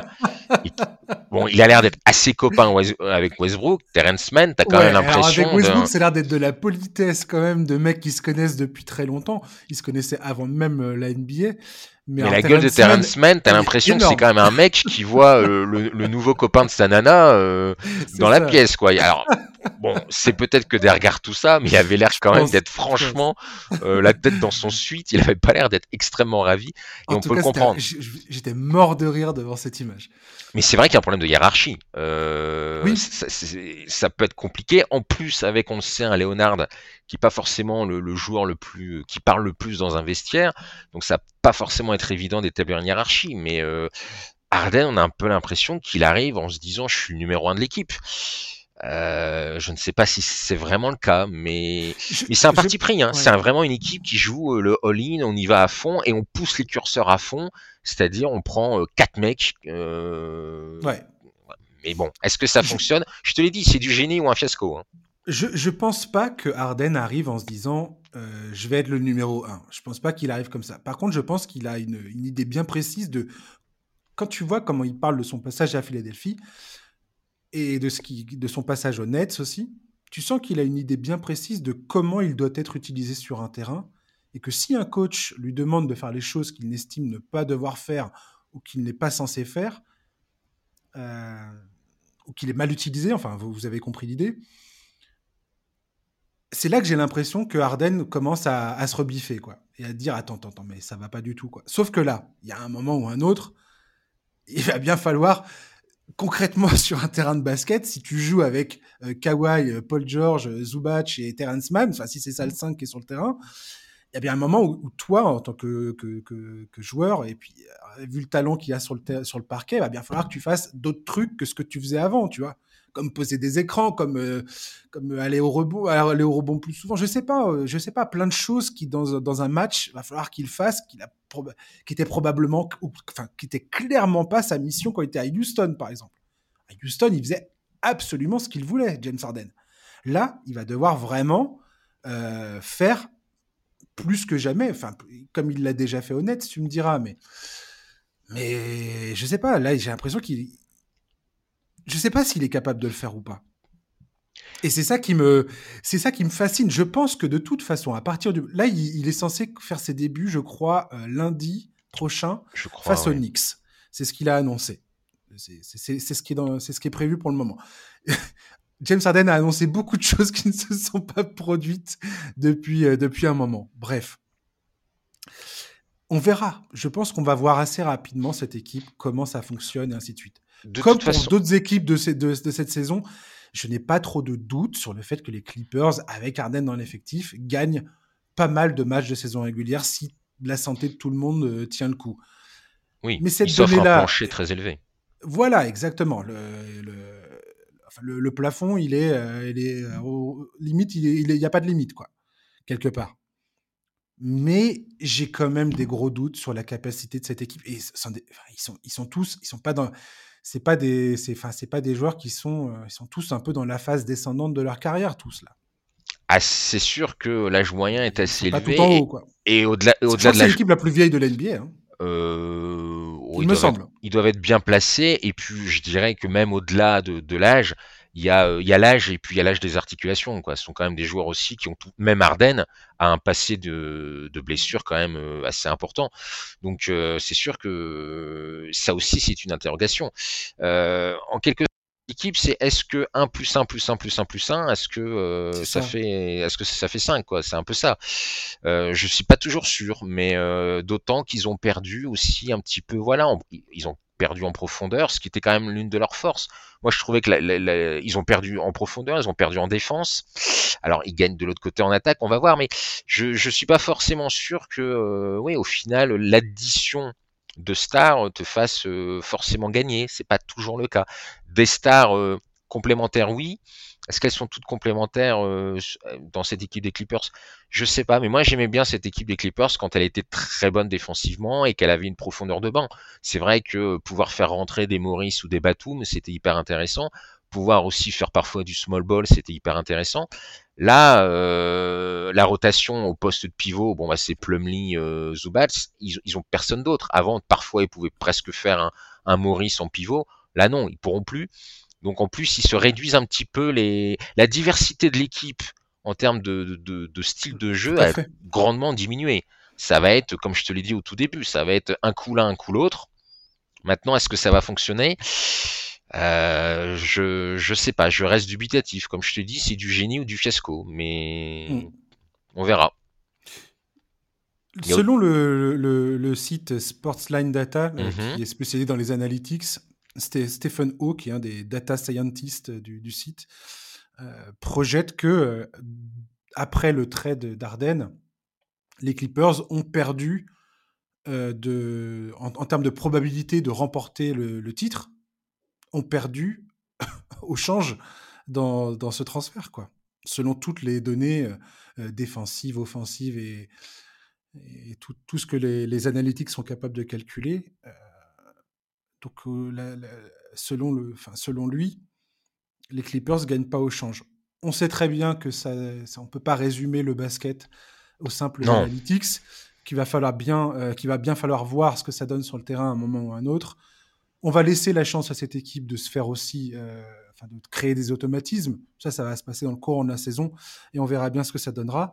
Speaker 2: et qui- bon, il a l'air d'être assez copain Wes- avec Westbrook. Terrence Mann, t'as quand
Speaker 1: Ouais,
Speaker 2: même
Speaker 1: alors avec
Speaker 2: l'impression
Speaker 1: Westbrook,
Speaker 2: d'un.
Speaker 1: c'est l'air d'être de la politesse quand même, de mecs qui se connaissent depuis très longtemps. Ils se connaissaient avant même euh, la N B A. Mais
Speaker 2: Mais
Speaker 1: alors
Speaker 2: la gueule de
Speaker 1: Terrence Mann,
Speaker 2: Terrence Mann, t'as
Speaker 1: il est
Speaker 2: l'impression que c'est quand
Speaker 1: énorme.
Speaker 2: même un mec qui voit euh, le, le nouveau copain de sa nana euh,
Speaker 1: C'est
Speaker 2: dans la
Speaker 1: ça,
Speaker 2: pièce, quoi. Alors, bon, c'est peut-être que des regards tout ça, mais il avait l'air
Speaker 1: je
Speaker 2: quand même
Speaker 1: pense.
Speaker 2: d'être
Speaker 1: Je pense.
Speaker 2: franchement euh, la tête dans son suite. Il avait pas l'air d'être extrêmement ravi, et
Speaker 1: En
Speaker 2: on
Speaker 1: tout
Speaker 2: peut le
Speaker 1: cas, c'était-
Speaker 2: comprendre.
Speaker 1: j- j- j'étais mort de rire devant cette image.
Speaker 2: Mais c'est vrai qu'il y a un problème de hiérarchie. Euh,
Speaker 1: Oui,
Speaker 2: ça, c'est- ça peut être compliqué. En plus, avec, on le sait, un Leonard qui est pas forcément le, le joueur le plus, qui parle le plus dans un vestiaire. Donc, ça va pas forcément être évident d'établir une hiérarchie. Mais euh, Harden, on a un peu l'impression qu'il arrive en se disant, je suis le numéro un de l'équipe. Euh, je ne sais pas si c'est vraiment le cas, mais,
Speaker 1: je,
Speaker 2: mais c'est un
Speaker 1: je,
Speaker 2: parti pris. Hein. C'est
Speaker 1: ouais,
Speaker 2: un- vraiment une équipe qui joue euh, le all-in, on y va à fond et on pousse les curseurs à fond. C'est-à-dire, on prend euh, quatre mecs. Euh,
Speaker 1: ouais.
Speaker 2: mais bon, est-ce que ça
Speaker 1: Je,
Speaker 2: fonctionne? Je te l'ai dit, c'est du génie ou un fiasco. Hein.
Speaker 1: je, je pense pas que Harden arrive en se disant euh, je vais être le numéro un. Je pense pas qu'il arrive comme ça. Par contre, je pense qu'il a une, une idée bien précise de quand tu vois comment il parle de son passage à Philadelphie et de, ce qui, de son passage aux Nets aussi, tu sens qu'il a une idée bien précise de comment il doit être utilisé sur un terrain et que si un coach lui demande de faire les choses qu'il n'estime ne pas devoir faire ou qu'il n'est pas censé faire, euh, ou qu'il est mal utilisé, enfin vous, vous avez compris l'idée, c'est là que j'ai l'impression que Harden commence à, à se rebiffer, quoi, et à dire attends, attends, attends, mais ça va pas du tout, quoi. Sauf que là, il y a un moment ou un autre, il va bien falloir concrètement sur un terrain de basket, si tu joues avec euh, Kawhi, euh, Paul George, euh, Zubac et Terrence Mann, enfin si c'est ça le cinq qui est sur le terrain, il y a bien un moment où, où toi, en tant que, que, que, que joueur, et puis euh, vu le talent qu'il y a sur le, ter- sur le parquet, il va bien falloir que tu fasses d'autres trucs que ce que tu faisais avant, tu vois. Comme poser des écrans, comme, euh, comme aller au rebond, aller au rebond plus souvent. Je sais pas, euh, je sais pas, plein de choses qui dans, dans un match, va falloir qu'il fasse, qu'il a proba- qui était probablement, ou, enfin, qui était clairement pas sa mission quand il était à Houston, par exemple. À Houston, il faisait absolument ce qu'il voulait, James Harden. Là, il va devoir vraiment euh, faire plus que jamais, enfin, comme il l'a déjà fait au Nets, tu me diras, mais, mais je sais pas, là, j'ai l'impression qu'il. Je sais pas s'il est capable de le faire ou pas. Et c'est ça qui me, c'est ça qui me fascine. Je pense que de toute façon, à partir du, là, il, il est censé faire ses débuts, je crois, euh, lundi prochain
Speaker 2: Je crois,
Speaker 1: face aux
Speaker 2: ouais.
Speaker 1: Knicks. C'est ce qu'il a annoncé. C'est, c'est, c'est, c'est ce qui est dans, c'est ce qui est prévu pour le moment. James Harden a annoncé beaucoup de choses qui ne se sont pas produites depuis, euh, depuis un moment. Bref. On verra. Je pense qu'on va voir assez rapidement cette équipe, comment ça fonctionne et ainsi de suite.
Speaker 2: De toute
Speaker 1: Comme pour
Speaker 2: façon,
Speaker 1: d'autres équipes de, ces- de- de cette saison, je n'ai pas trop de doutes sur le fait que les Clippers, avec Harden dans l'effectif, gagnent pas mal de matchs de saison régulière si la santé de tout le monde euh, tient le coup.
Speaker 2: oui,
Speaker 1: Mais
Speaker 2: il
Speaker 1: cette
Speaker 2: s'offre un
Speaker 1: donnée-là,
Speaker 2: plancher très élevé.
Speaker 1: voilà, exactement. Le, le, enfin, le- le plafond, il est, euh, il est euh, au- limite, il n'y a pas de limite, quoi, quelque part. Mais j'ai quand même des gros doutes sur la capacité de cette équipe. Et ce sont des- enfin, ils sont, ils sont tous, ils sont pas dans, c'est pas des, c'est, enfin, c'est pas des joueurs qui sont, euh, ils sont tous un peu dans la phase descendante de leur carrière, tous là.
Speaker 2: Ah, c'est sûr que l'âge moyen est
Speaker 1: Ils
Speaker 2: assez
Speaker 1: sont pas tout en
Speaker 2: élevé
Speaker 1: haut,
Speaker 2: et,
Speaker 1: quoi.
Speaker 2: et au-delà, et
Speaker 1: Sachant
Speaker 2: au-delà
Speaker 1: que
Speaker 2: de
Speaker 1: c'est
Speaker 2: l'âge,
Speaker 1: l'équipe la plus vieille de la N B A, hein,
Speaker 2: euh, oh,
Speaker 1: il
Speaker 2: ils
Speaker 1: me
Speaker 2: doivent être,
Speaker 1: semble.
Speaker 2: ils doivent être bien placés. Et puis, je dirais que même au-delà de, de l'âge, il y a, euh, il y a l'âge et puis il y a l'âge des articulations, quoi. Ce sont quand même des joueurs aussi qui ont tout, même Harden a un passé de, de blessures quand même euh, assez important. Donc, euh, c'est sûr que ça aussi, c'est une interrogation. Euh, en quelque équipe, c'est est-ce que un plus un plus un plus un plus un, est-ce que euh,
Speaker 1: C'est
Speaker 2: ça
Speaker 1: ça.
Speaker 2: fait est-ce que ça fait cinq, quoi, c'est un peu ça. Euh, je suis pas toujours sûr, mais euh, d'autant qu'ils ont perdu aussi un petit peu, voilà, en- ils ont perdu en profondeur, ce qui était quand même l'une de leurs forces. Moi, je trouvais que la- la- la- ils ont perdu en profondeur, ils ont perdu en défense. Alors, ils gagnent de l'autre côté en attaque, on va voir, mais je je suis pas forcément sûr que, euh, oui, au final, l'addition de stars te fasse euh, forcément gagner. C'est pas toujours le cas. Des stars euh, complémentaires, oui. Est-ce qu'elles sont toutes complémentaires euh, dans cette équipe des Clippers? Je sais pas, mais moi j'aimais bien cette équipe des Clippers quand elle était très bonne défensivement et qu'elle avait une profondeur de banc. C'est vrai que pouvoir faire rentrer des Maurice ou des Batum, c'était hyper intéressant. Pouvoir aussi faire parfois du small ball, c'était hyper intéressant. Là, euh, la rotation au poste de pivot, bon bah c'est Plumlee, euh, Zubac, ils, ils ont personne d'autre. Avant, parfois ils pouvaient presque faire un, un Maurice en pivot. Là, non, ils pourront plus. Donc en plus, ils se réduisent un petit peu les la diversité de l'équipe en termes de, de, de style de
Speaker 1: Tout
Speaker 2: jeu
Speaker 1: à
Speaker 2: a
Speaker 1: fait.
Speaker 2: grandement diminué. Ça va être, comme je te l'ai dit au tout début, ça va être un coup l'un, un coup l'autre. Maintenant, est-ce que ça va fonctionner? euh, je je sais pas, je reste dubitatif. Comme je te dis, c'est du génie ou du fiasco, mais
Speaker 1: Mm.
Speaker 2: on verra. Il y a autre-
Speaker 1: Selon le, le, le site Sportsline Data, euh,
Speaker 2: Mhm.
Speaker 1: qui est spécialisé dans les analytics, Sté- Stephen Ho, qui est un des data scientists du, du site, euh, projette que euh, après le trade d'Arden, les Clippers ont perdu euh, de, en, en termes de probabilité de remporter le, le titre, ont perdu au change dans, dans ce transfert, quoi. Selon toutes les données euh, défensives, offensives et, et tout, tout ce que les, les analytics sont capables de calculer. Euh, donc, euh, la, la, selon, le, enfin, selon lui, les Clippers ne gagnent pas au change. On sait très bien que ça, ça on ne peut pas résumer le basket aux simples
Speaker 2: Non.
Speaker 1: analytics, qu'il va falloir bien, euh, qu'il va bien falloir voir ce que ça donne sur le terrain à un moment ou à un autre. On va laisser la chance à cette équipe de se faire aussi, euh, enfin, de créer des automatismes. Ça, ça va se passer dans le courant de la saison et on verra bien ce que ça donnera.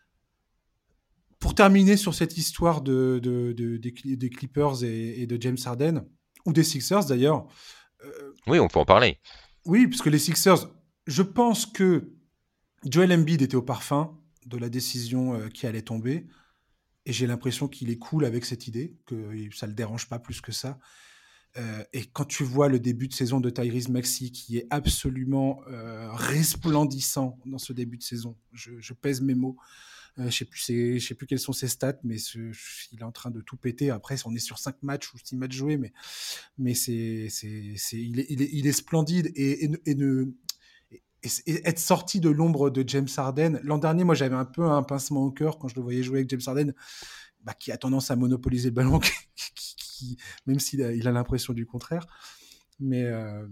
Speaker 1: Pour terminer sur cette histoire de, de, de, des, des Clippers et, et de James Harden, ou des Sixers d'ailleurs, euh,
Speaker 2: Oui, on peut en parler.
Speaker 1: oui, puisque les Sixers, je pense que Joel Embiid était au parfum de la décision euh, qui allait tomber, et j'ai l'impression qu'il est cool avec cette idée, que ça ne le dérange pas plus que ça. Euh, et quand tu vois le début de saison de Tyrese Maxey, qui est absolument euh, resplendissant dans ce début de saison, je, je pèse mes mots. Euh, je sais plus, c'est, je sais plus quelles sont ses stats, mais ce, il est en train de tout péter. Après, on est sur cinq matchs ou six matchs joués, mais, mais c'est, c'est, c'est, il est, il est, il est splendide et, et, et, ne, et, et être sorti de l'ombre de James Harden. L'an dernier, moi, j'avais un peu un pincement au cœur quand je le voyais jouer avec James Harden, bah, qui a tendance à monopoliser le ballon, qui, qui, même s'il a, il a l'impression du contraire. Mais, euh,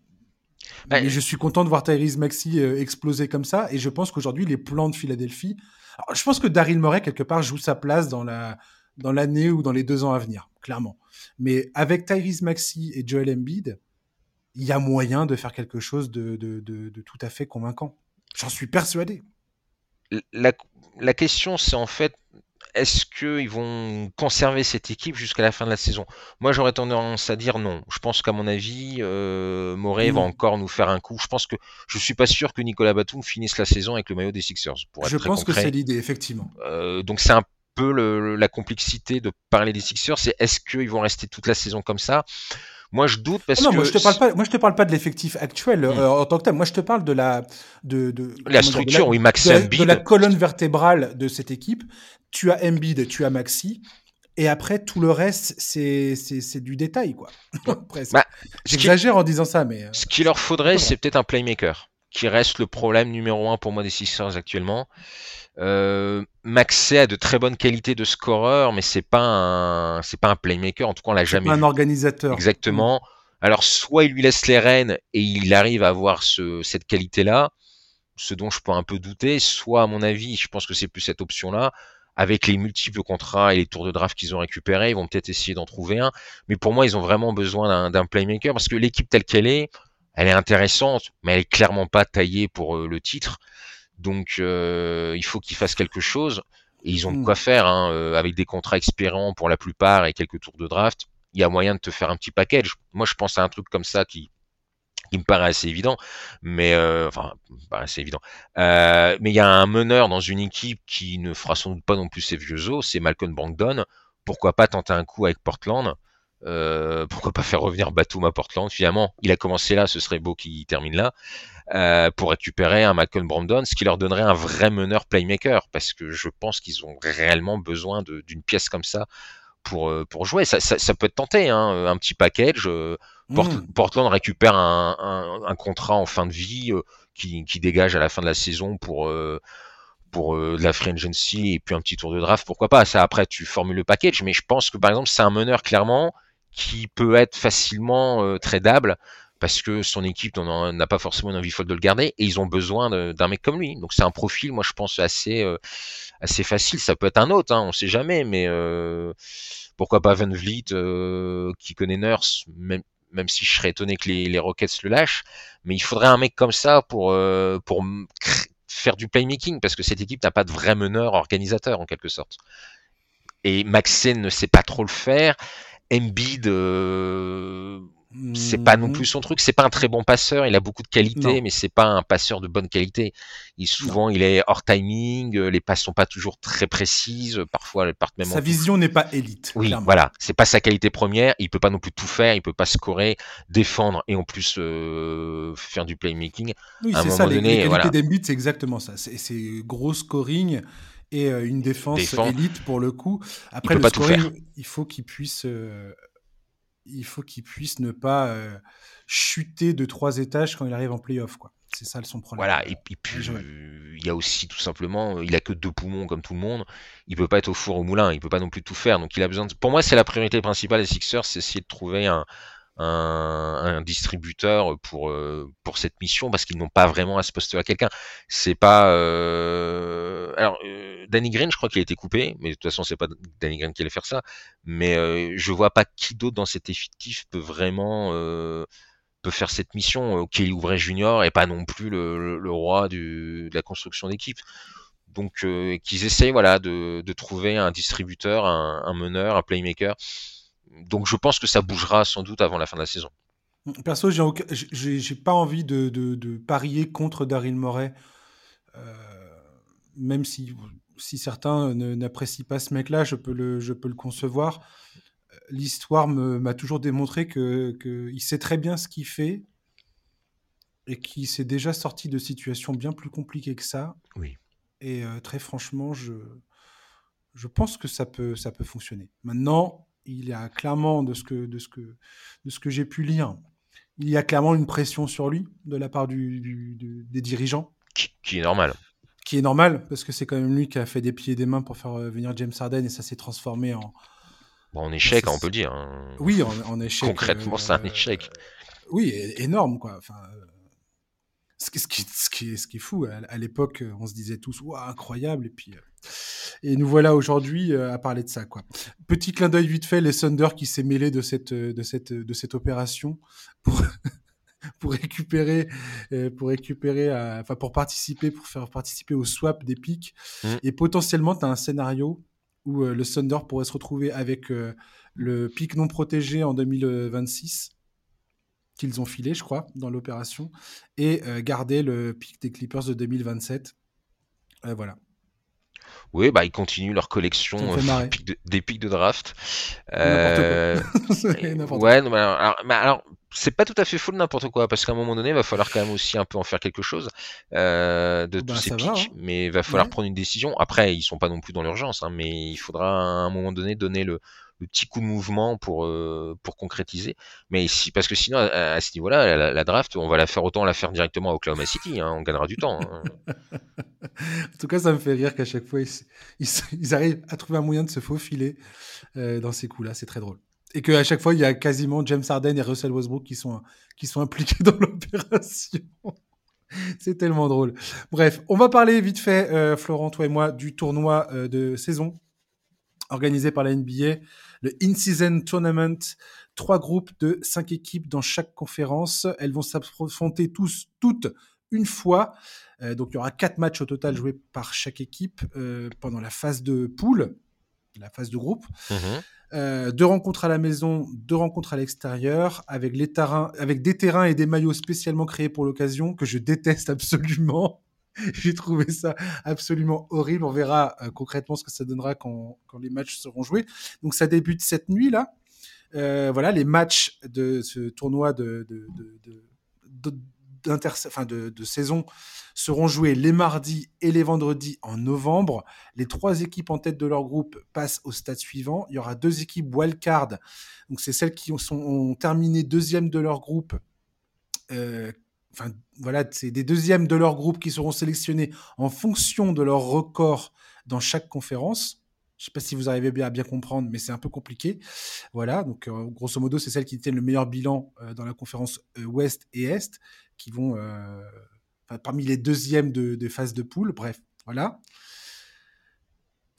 Speaker 2: Bah,
Speaker 1: mais je suis content de voir Tyrese Maxey euh, exploser comme ça. Et je pense qu'aujourd'hui, les plans de Philadelphie. Alors, je pense que Daryl Morey, quelque part, joue sa place dans, la, dans l'année ou dans les deux ans à venir, clairement. Mais avec Tyrese Maxey et Joel Embiid, il y a moyen de faire quelque chose de, de, de, de tout à fait convaincant. J'en suis persuadé.
Speaker 2: la, la question, c'est en fait, est-ce qu'ils vont conserver cette équipe jusqu'à la fin de la saison? Moi, j'aurais tendance à dire non. Je pense qu'à mon avis, euh, Morey va
Speaker 1: Mm.
Speaker 2: encore nous faire un coup. Je pense que je suis pas sûr que Nicolas Batum finisse la saison avec le maillot des Sixers, pour être
Speaker 1: Je
Speaker 2: très
Speaker 1: pense que c'est
Speaker 2: concret.
Speaker 1: l'idée, effectivement.
Speaker 2: Euh, donc c'est un peu le, la complexité de parler des Sixers, c'est est-ce qu'ils vont rester toute la saison comme ça? Moi, je doute
Speaker 1: Ah
Speaker 2: parce
Speaker 1: non, moi
Speaker 2: que
Speaker 1: je te parle pas. Moi je te parle pas de l'effectif actuel
Speaker 2: hmm,
Speaker 1: euh, en tant que tel. Moi je te parle de la de, de
Speaker 2: la
Speaker 1: comment dire de la,
Speaker 2: structure, oui,
Speaker 1: de
Speaker 2: Maxey
Speaker 1: la, de la
Speaker 2: Embiid,
Speaker 1: colonne vertébrale de cette équipe. Tu as Embiid, tu as Maxi, et après tout le reste c'est c'est c'est du détail quoi, presque.
Speaker 2: bah, ce qui,
Speaker 1: J'exagère en disant ça, mais euh,
Speaker 2: ce qu'il
Speaker 1: c'est
Speaker 2: leur
Speaker 1: un peu
Speaker 2: faudrait,
Speaker 1: vrai.
Speaker 2: c'est peut-être un playmaker, qui reste le problème numéro un pour moi des Sixers actuellement. Euh, Maxey a de très bonnes qualités de scoreur, mais c'est pas un, c'est pas un playmaker. En tout cas, on l'a
Speaker 1: C'est
Speaker 2: jamais
Speaker 1: pas un
Speaker 2: vu.
Speaker 1: organisateur. Mm.
Speaker 2: Exactement. Alors, soit il lui laisse les rênes et il arrive à avoir ce, cette qualité-là, ce dont je peux un peu douter, soit à mon avis, je pense que c'est plus cette option-là. Avec les multiples contrats et les tours de draft qu'ils ont récupérés, ils vont peut-être essayer d'en trouver un. Mais pour moi, ils ont vraiment besoin d'un, d'un playmaker parce que l'équipe telle qu'elle est, elle est intéressante, mais elle est clairement pas taillée pour euh, le titre. Donc euh, il faut qu'ils fassent quelque chose. Et ils ont de quoi
Speaker 1: Mm.
Speaker 2: faire, hein, euh, avec des contrats expirants pour la plupart et quelques tours de draft. Il y a moyen de te faire un petit package. Moi, je pense à un truc comme ça qui, qui me paraît assez évident, mais euh, enfin, pas assez évident. Euh, mais il y a un meneur dans une équipe qui ne fera sans doute pas non plus ses vieux os, c'est Malcolm Brogdon. Pourquoi pas tenter un coup avec Portland? Euh, pourquoi pas faire revenir Batum à Portland? Finalement, il a commencé là, ce serait beau qu'il termine là, euh, pour récupérer un Malcolm Brogdon, ce qui leur donnerait un vrai meneur playmaker, parce que je pense qu'ils ont réellement besoin de, d'une pièce comme ça pour, euh, pour jouer. Ça, ça, ça peut être tenté, hein, un petit package. Euh, Port-
Speaker 1: Mm.
Speaker 2: Portland récupère un, un, un contrat en fin de vie, euh, qui, qui dégage à la fin de la saison pour, euh, pour euh, de la free agency et puis un petit tour de draft. Pourquoi pas? Ça, après, tu formules le package. Mais je pense que, par exemple, c'est un meneur, clairement, qui peut être facilement euh, tradable parce que son équipe n'a pas forcément une envie folle de le garder et ils ont besoin de, d'un mec comme lui. Donc c'est un profil, moi je pense, assez euh, assez facile. Ça peut être un autre, hein, on sait jamais, mais euh, pourquoi pas Van Vliet, euh, qui connaît Nurse, même même si je serais étonné que les, les Rockets le lâchent, mais il faudrait un mec comme ça pour, euh, pour faire du playmaking, parce que cette équipe n'a pas de vrai meneur organisateur en quelque sorte. Et Maxey ne sait pas trop le faire. Embiid, euh, c'est pas non plus son truc. C'est pas un très bon passeur. Il a beaucoup de qualité,
Speaker 1: Non.
Speaker 2: mais c'est pas un passeur de bonne qualité. Il, souvent, non. il est hors timing. Les passes sont pas toujours très précises. Parfois, elles partent même
Speaker 1: sa
Speaker 2: en
Speaker 1: vision
Speaker 2: touche.
Speaker 1: n'est pas élite.
Speaker 2: Oui,
Speaker 1: clairement.
Speaker 2: voilà. C'est pas sa qualité première. Il peut pas non plus tout faire. Il peut pas scorer, défendre et en plus euh, faire du playmaking.
Speaker 1: Oui,
Speaker 2: à un
Speaker 1: c'est
Speaker 2: moment
Speaker 1: ça. Les,
Speaker 2: donné,
Speaker 1: les qualités
Speaker 2: voilà.
Speaker 1: d'Embiid, c'est exactement ça. C'est, c'est gros scoring et euh, une défense
Speaker 2: Défend.
Speaker 1: élite pour le coup. Après,
Speaker 2: il peut
Speaker 1: le
Speaker 2: pas
Speaker 1: scoring,
Speaker 2: tout faire.
Speaker 1: il faut qu'il puisse. Euh, il faut qu'il puisse ne pas euh, chuter de trois étages quand il arrive en playoff, quoi. C'est ça son problème.
Speaker 2: Voilà, et, et puis il y a aussi tout simplement, il a que deux poumons comme tout le monde, il peut pas être au four au moulin, il peut pas non plus tout faire, donc il a besoin de... Pour moi, c'est la priorité principale des Sixers, c'est essayer de trouver un, un, un distributeur pour, euh, pour cette mission, parce qu'ils n'ont pas vraiment à se poster à quelqu'un. C'est pas... Euh... Alors, euh, Danny Green, je crois qu'il a été coupé, mais de toute façon, c'est pas Danny Green qui allait faire ça, mais euh, je vois pas qui d'autre dans cet effectif peut vraiment... Euh, peut faire cette mission. Kelly Oubre Junior est pas non plus le, le, le roi du, de la construction d'équipe. Donc euh, qu'ils essayent voilà de, de trouver un distributeur, un, un meneur, un playmaker. Donc je pense que ça bougera sans doute avant la fin de la saison.
Speaker 1: Perso, j'ai, aucun, j'ai, j'ai pas envie de, de, de parier contre Daryl Morey, euh, même si, si certains ne, n'apprécient pas ce mec-là, je peux le, je peux le concevoir. L'histoire me, m'a toujours démontré que, que il sait très bien ce qu'il fait et qu'il s'est déjà sorti de situations bien plus compliquées que ça.
Speaker 2: Oui.
Speaker 1: Et euh, très franchement, je, je pense que ça peut, ça peut fonctionner. Maintenant, il y a clairement, de ce que, de ce que, de ce que j'ai pu lire, il y a clairement une pression sur lui de la part du, du, du, des dirigeants.
Speaker 2: Qui, qui est normal.
Speaker 1: Qui est normal, parce que c'est quand même lui qui a fait des pieds et des mains pour faire venir James Harden et ça s'est transformé en...
Speaker 2: Bon, en échec, on peut le dire. Hein.
Speaker 1: Oui, en, en échec.
Speaker 2: Concrètement, euh, c'est un échec.
Speaker 1: Euh, oui, énorme, quoi. Enfin, euh, ce, qui, ce, qui, ce, qui, ce qui est fou, à, à l'époque, on se disait tous, waouh, incroyable, et puis... Euh, et nous voilà aujourd'hui euh, à parler de ça, quoi. Petit clin d'œil vite fait, les Thunder qui s'est mêlé de cette, de cette, de cette opération pour... pour récupérer, euh, pour récupérer, enfin pour participer, pour faire participer au swap des pics. Mmh. Et potentiellement, tu as un scénario où euh, le Thunder pourrait se retrouver avec euh, le pic non protégé en deux mille vingt-six qu'ils ont filé, je crois, dans l'opération, et euh, garder le pic des Clippers de deux mille vingt-sept. Euh, voilà.
Speaker 2: Oui, bah ils continuent leur collection euh, des, pics de, des pics de draft.
Speaker 1: Euh, n'importe quoi.
Speaker 2: n'importe ouais, quoi. Non, alors, alors, mais alors c'est pas tout à fait faux n'importe quoi, parce qu'à un moment donné, il va falloir quand même aussi un peu en faire quelque chose euh, de bah, tous ces pics, va, hein. Mais il va falloir ouais. prendre une décision. Après, ils sont pas non plus dans l'urgence, hein, mais il faudra à un moment donné donner le, le petit coup de mouvement pour euh, pour concrétiser. Mais si, parce que sinon, à, à ce niveau-là, la, la draft, on va la faire autant la faire directement à Oklahoma City, hein, on gagnera du temps. Hein.
Speaker 1: En tout cas, ça me fait rire qu'à chaque fois, ils, ils, ils arrivent à trouver un moyen de se faufiler euh, dans ces coups-là. C'est très drôle. Et qu'à chaque fois, il y a quasiment James Harden et Russell Westbrook qui sont, qui sont impliqués dans l'opération. C'est tellement drôle. Bref, on va parler vite fait, euh, Florent, toi et moi, du tournoi euh, de saison organisé par la N B A, le In-Season Tournament. Trois groupes de cinq équipes dans chaque conférence. Elles vont s'affronter tous, toutes une fois. Euh, donc, il y aura quatre matchs au total joués par chaque équipe euh, pendant la phase de poule, la phase de groupe. Mm-hmm. Euh, deux rencontres à la maison, deux rencontres à l'extérieur, avec, les terrains, avec des terrains et des maillots spécialement créés pour l'occasion, que je déteste absolument. J'ai trouvé ça absolument horrible. On verra euh, concrètement ce que ça donnera quand, quand les matchs seront joués. Donc ça débute cette nuit-là. Euh, voilà, les matchs de ce tournoi de, de, de, de, de, enfin de, de saison seront joués les mardis et les vendredis en novembre. Les trois équipes en tête de leur groupe passent au stade suivant. Il y aura deux équipes wildcard. Donc c'est celles qui ont, sont, ont terminé deuxième de leur groupe. Euh, Enfin, voilà, c'est des deuxièmes de leur groupe qui seront sélectionnés en fonction de leur record dans chaque conférence. Je ne sais pas si vous arrivez bien à bien comprendre, mais c'est un peu compliqué. Voilà, donc euh, grosso modo, c'est celles qui tiennent le meilleur bilan euh, dans la conférence euh, Ouest et Est, qui vont euh, parmi les deuxièmes de, de phase de poule. Bref, voilà.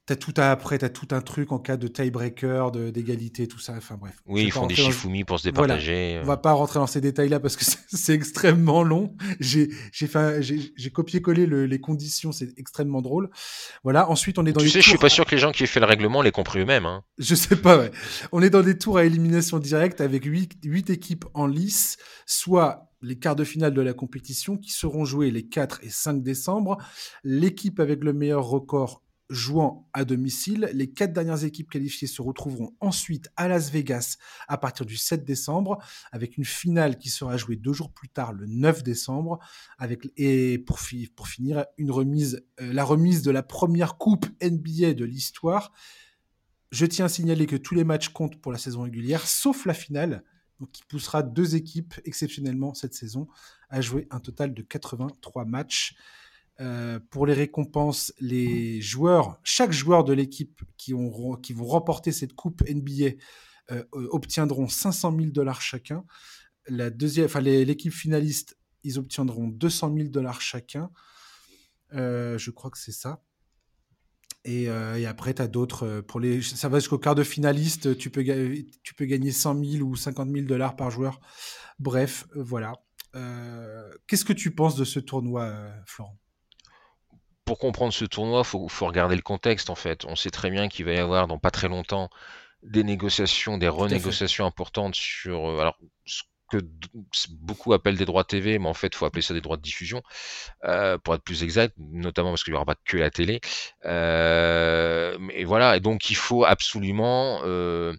Speaker 1: T'as tout à, après, t'as tout un truc en cas de tiebreaker, de, d'égalité, tout ça. Enfin bref,
Speaker 2: Oui,
Speaker 1: je vais
Speaker 2: ils
Speaker 1: pas
Speaker 2: font des
Speaker 1: rentrer dans.
Speaker 2: shifumi pour se
Speaker 1: Voilà,
Speaker 2: départager.
Speaker 1: on
Speaker 2: euh.
Speaker 1: va pas rentrer dans ces détails-là parce que c'est, c'est extrêmement long. J'ai, j'ai fait, un- j'ai, j'ai copié-collé le- les conditions, c'est extrêmement drôle. Voilà. Ensuite, on est dans
Speaker 2: Tu
Speaker 1: les
Speaker 2: sais, je suis
Speaker 1: tours.
Speaker 2: pas
Speaker 1: à-
Speaker 2: sûr que les gens qui aient fait le règlement l'aient compris eux-mêmes. Hein.
Speaker 1: Je sais pas. Ouais. On est dans des tours à élimination directe avec huit, huit équipes en lice, soit les quarts de finale de la compétition qui seront joués les quatre et cinq décembre. L'équipe avec le meilleur record jouant à domicile. Les quatre dernières équipes qualifiées se retrouveront ensuite à Las Vegas à partir du sept décembre, avec une finale qui sera jouée deux jours plus tard, le neuf décembre, avec, et pour, fi- pour finir, une remise, euh, la remise de la première coupe N B A de l'histoire. Je tiens à signaler que tous les matchs comptent pour la saison régulière, sauf la finale, donc qui poussera deux équipes exceptionnellement cette saison à jouer un total de quatre-vingt-trois matchs. Euh, pour les récompenses, les joueurs, chaque joueur de l'équipe qui, ont, qui vont remporter cette coupe N B A euh, euh, obtiendront cinq cent mille dollars chacun. La deuxième, enfin les, l'équipe finaliste, ils obtiendront deux cent mille dollars chacun. Euh, je crois que c'est ça. Et, euh, et après, tu as d'autres. euh, Pour les, ça va jusqu'au quart de finaliste. Tu peux, ga- tu peux gagner cent mille ou cinquante mille dollars par joueur. Bref, euh, voilà. Euh, Qu'est-ce que tu penses de ce tournoi, euh, Florent?
Speaker 2: Pour comprendre ce tournoi, faut, faut regarder le contexte en fait. On sait très bien qu'il va y avoir dans pas très longtemps des négociations, des
Speaker 1: Tout à fait.
Speaker 2: renégociations importantes sur euh, alors ce que d- beaucoup appellent des droits T V, mais en fait, il faut appeler ça des droits de diffusion, euh, pour être plus exact, notamment parce qu'il n'y aura pas que la télé. Euh, mais voilà, et donc il faut absolument euh,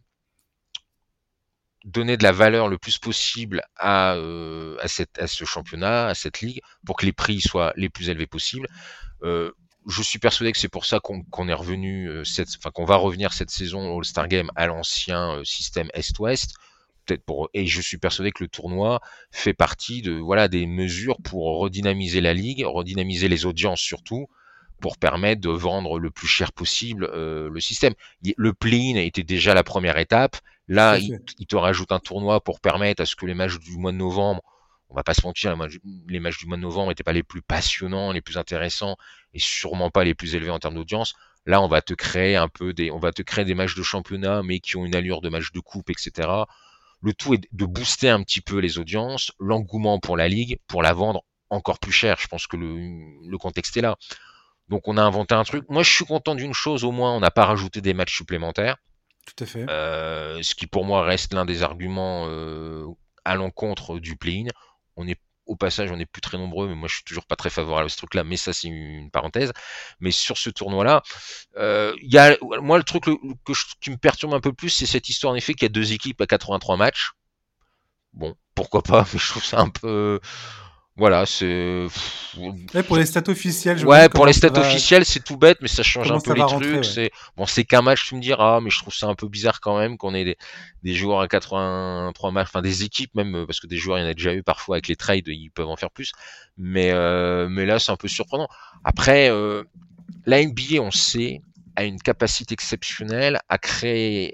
Speaker 2: donner de la valeur le plus possible à, euh, à, cette, à ce championnat, à cette ligue, pour que les prix soient les plus élevés possibles. Euh, je suis persuadé que c'est pour ça qu'on qu'on est revenu, euh, cette, enfin qu'on va revenir cette saison au All-Star Game à l'ancien euh, système Est-Ouest. Peut-être pour, et je suis persuadé que le tournoi fait partie de voilà des mesures pour redynamiser la ligue, redynamiser les audiences surtout, pour permettre de vendre le plus cher possible euh, le système. Le play-in était déjà la première étape.
Speaker 1: Tout
Speaker 2: Là,
Speaker 1: à
Speaker 2: il,
Speaker 1: fait.
Speaker 2: il te rajoute un tournoi pour permettre à ce que les matchs du mois de novembre, on va pas se mentir, les matchs du mois de novembre n'étaient pas les plus passionnants, les plus intéressants et sûrement pas les plus élevés en termes d'audience. Là, on va te créer un peu des, on va te créer des matchs de championnat, mais qui ont une allure de match de coupe, et cetera. Le tout est de booster un petit peu les audiences, l'engouement pour la ligue, pour la vendre encore plus cher. Je pense que le, le contexte est là. Donc on a inventé un truc. Moi, je suis content d'une chose, au moins, on n'a pas rajouté des matchs supplémentaires.
Speaker 1: Tout à fait.
Speaker 2: Euh, ce qui pour moi reste l'un des arguments euh, à l'encontre du play-in. On est au passage, on n'est plus très nombreux, mais moi je suis toujours pas très favorable à ce truc-là, mais ça c'est une parenthèse. Mais sur ce tournoi-là, euh, il y a moi le truc que, que je, qui me perturbe un peu plus, c'est cette histoire en effet qu'il y a deux équipes à quatre-vingt-trois matchs. Bon, pourquoi pas, mais je trouve ça un peu, voilà, c'est
Speaker 1: Ouais, pour les stats officielles, je me
Speaker 2: ouais,
Speaker 1: demande
Speaker 2: pour
Speaker 1: comment
Speaker 2: les
Speaker 1: ça
Speaker 2: stats
Speaker 1: va,
Speaker 2: officielles, c'est tout bête, mais ça change un
Speaker 1: comment
Speaker 2: peu
Speaker 1: ça
Speaker 2: les
Speaker 1: va rentrer,
Speaker 2: trucs.
Speaker 1: ouais.
Speaker 2: C'est bon, c'est qu'un match, tu me diras, mais je trouve ça un peu bizarre quand même qu'on ait des, des joueurs à quatre-vingt-trois matchs, enfin des équipes même, parce que des joueurs, il y en a déjà eu parfois avec les trades, ils peuvent en faire plus. Mais euh, mais là, c'est un peu surprenant. Après, euh, la N B A, on sait, a une capacité exceptionnelle à créer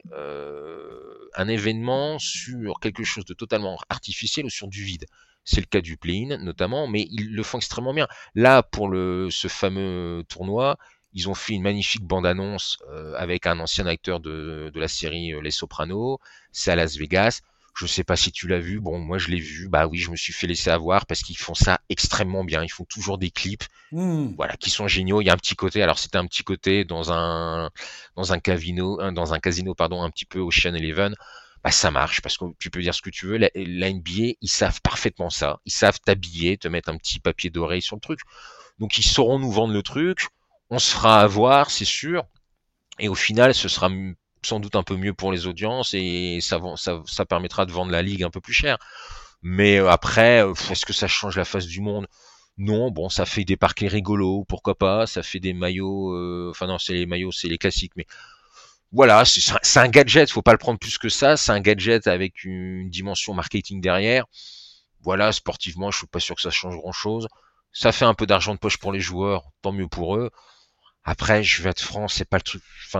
Speaker 2: euh, un événement sur quelque chose de totalement artificiel ou sur du vide. C'est le cas du play-in notamment, mais ils le font extrêmement bien. Là, pour le, ce fameux tournoi, ils ont fait une magnifique bande-annonce euh, avec un ancien acteur de, de la série euh, Les Sopranos. C'est à Las Vegas. Je sais pas si tu l'as vu. Bon, moi je l'ai vu. Bah oui, je me suis fait laisser avoir parce qu'ils font ça extrêmement bien. Ils font toujours des clips
Speaker 1: Hmm.
Speaker 2: voilà, qui sont géniaux. Il y a un petit côté, alors c'était un petit côté dans un dans un casino, dans un casino pardon, un petit peu Ocean Eleven. Bah ça marche parce que tu peux dire ce que tu veux. La, la N B A, ils savent parfaitement ça. Ils savent t'habiller, te mettre un petit papier doré sur le truc. Donc ils sauront nous vendre le truc. On se fera avoir, c'est sûr. Et au final, ce sera sans doute un peu mieux pour les audiences et ça, ça, ça permettra de vendre la ligue un peu plus cher. Mais euh, après, euh, est-ce que ça change la face du monde? Non, bon, ça fait des parquets rigolos, pourquoi pas, ça fait des maillots, euh, enfin non, c'est les maillots, c'est les classiques, mais voilà, c'est un, c'est un gadget, faut pas le prendre plus que ça, c'est un gadget avec une dimension marketing derrière. Voilà, sportivement, je suis pas sûr que ça change grand-chose. Ça fait un peu d'argent de poche pour les joueurs, tant mieux pour eux. Après, je vais être franc, c'est pas le truc, enfin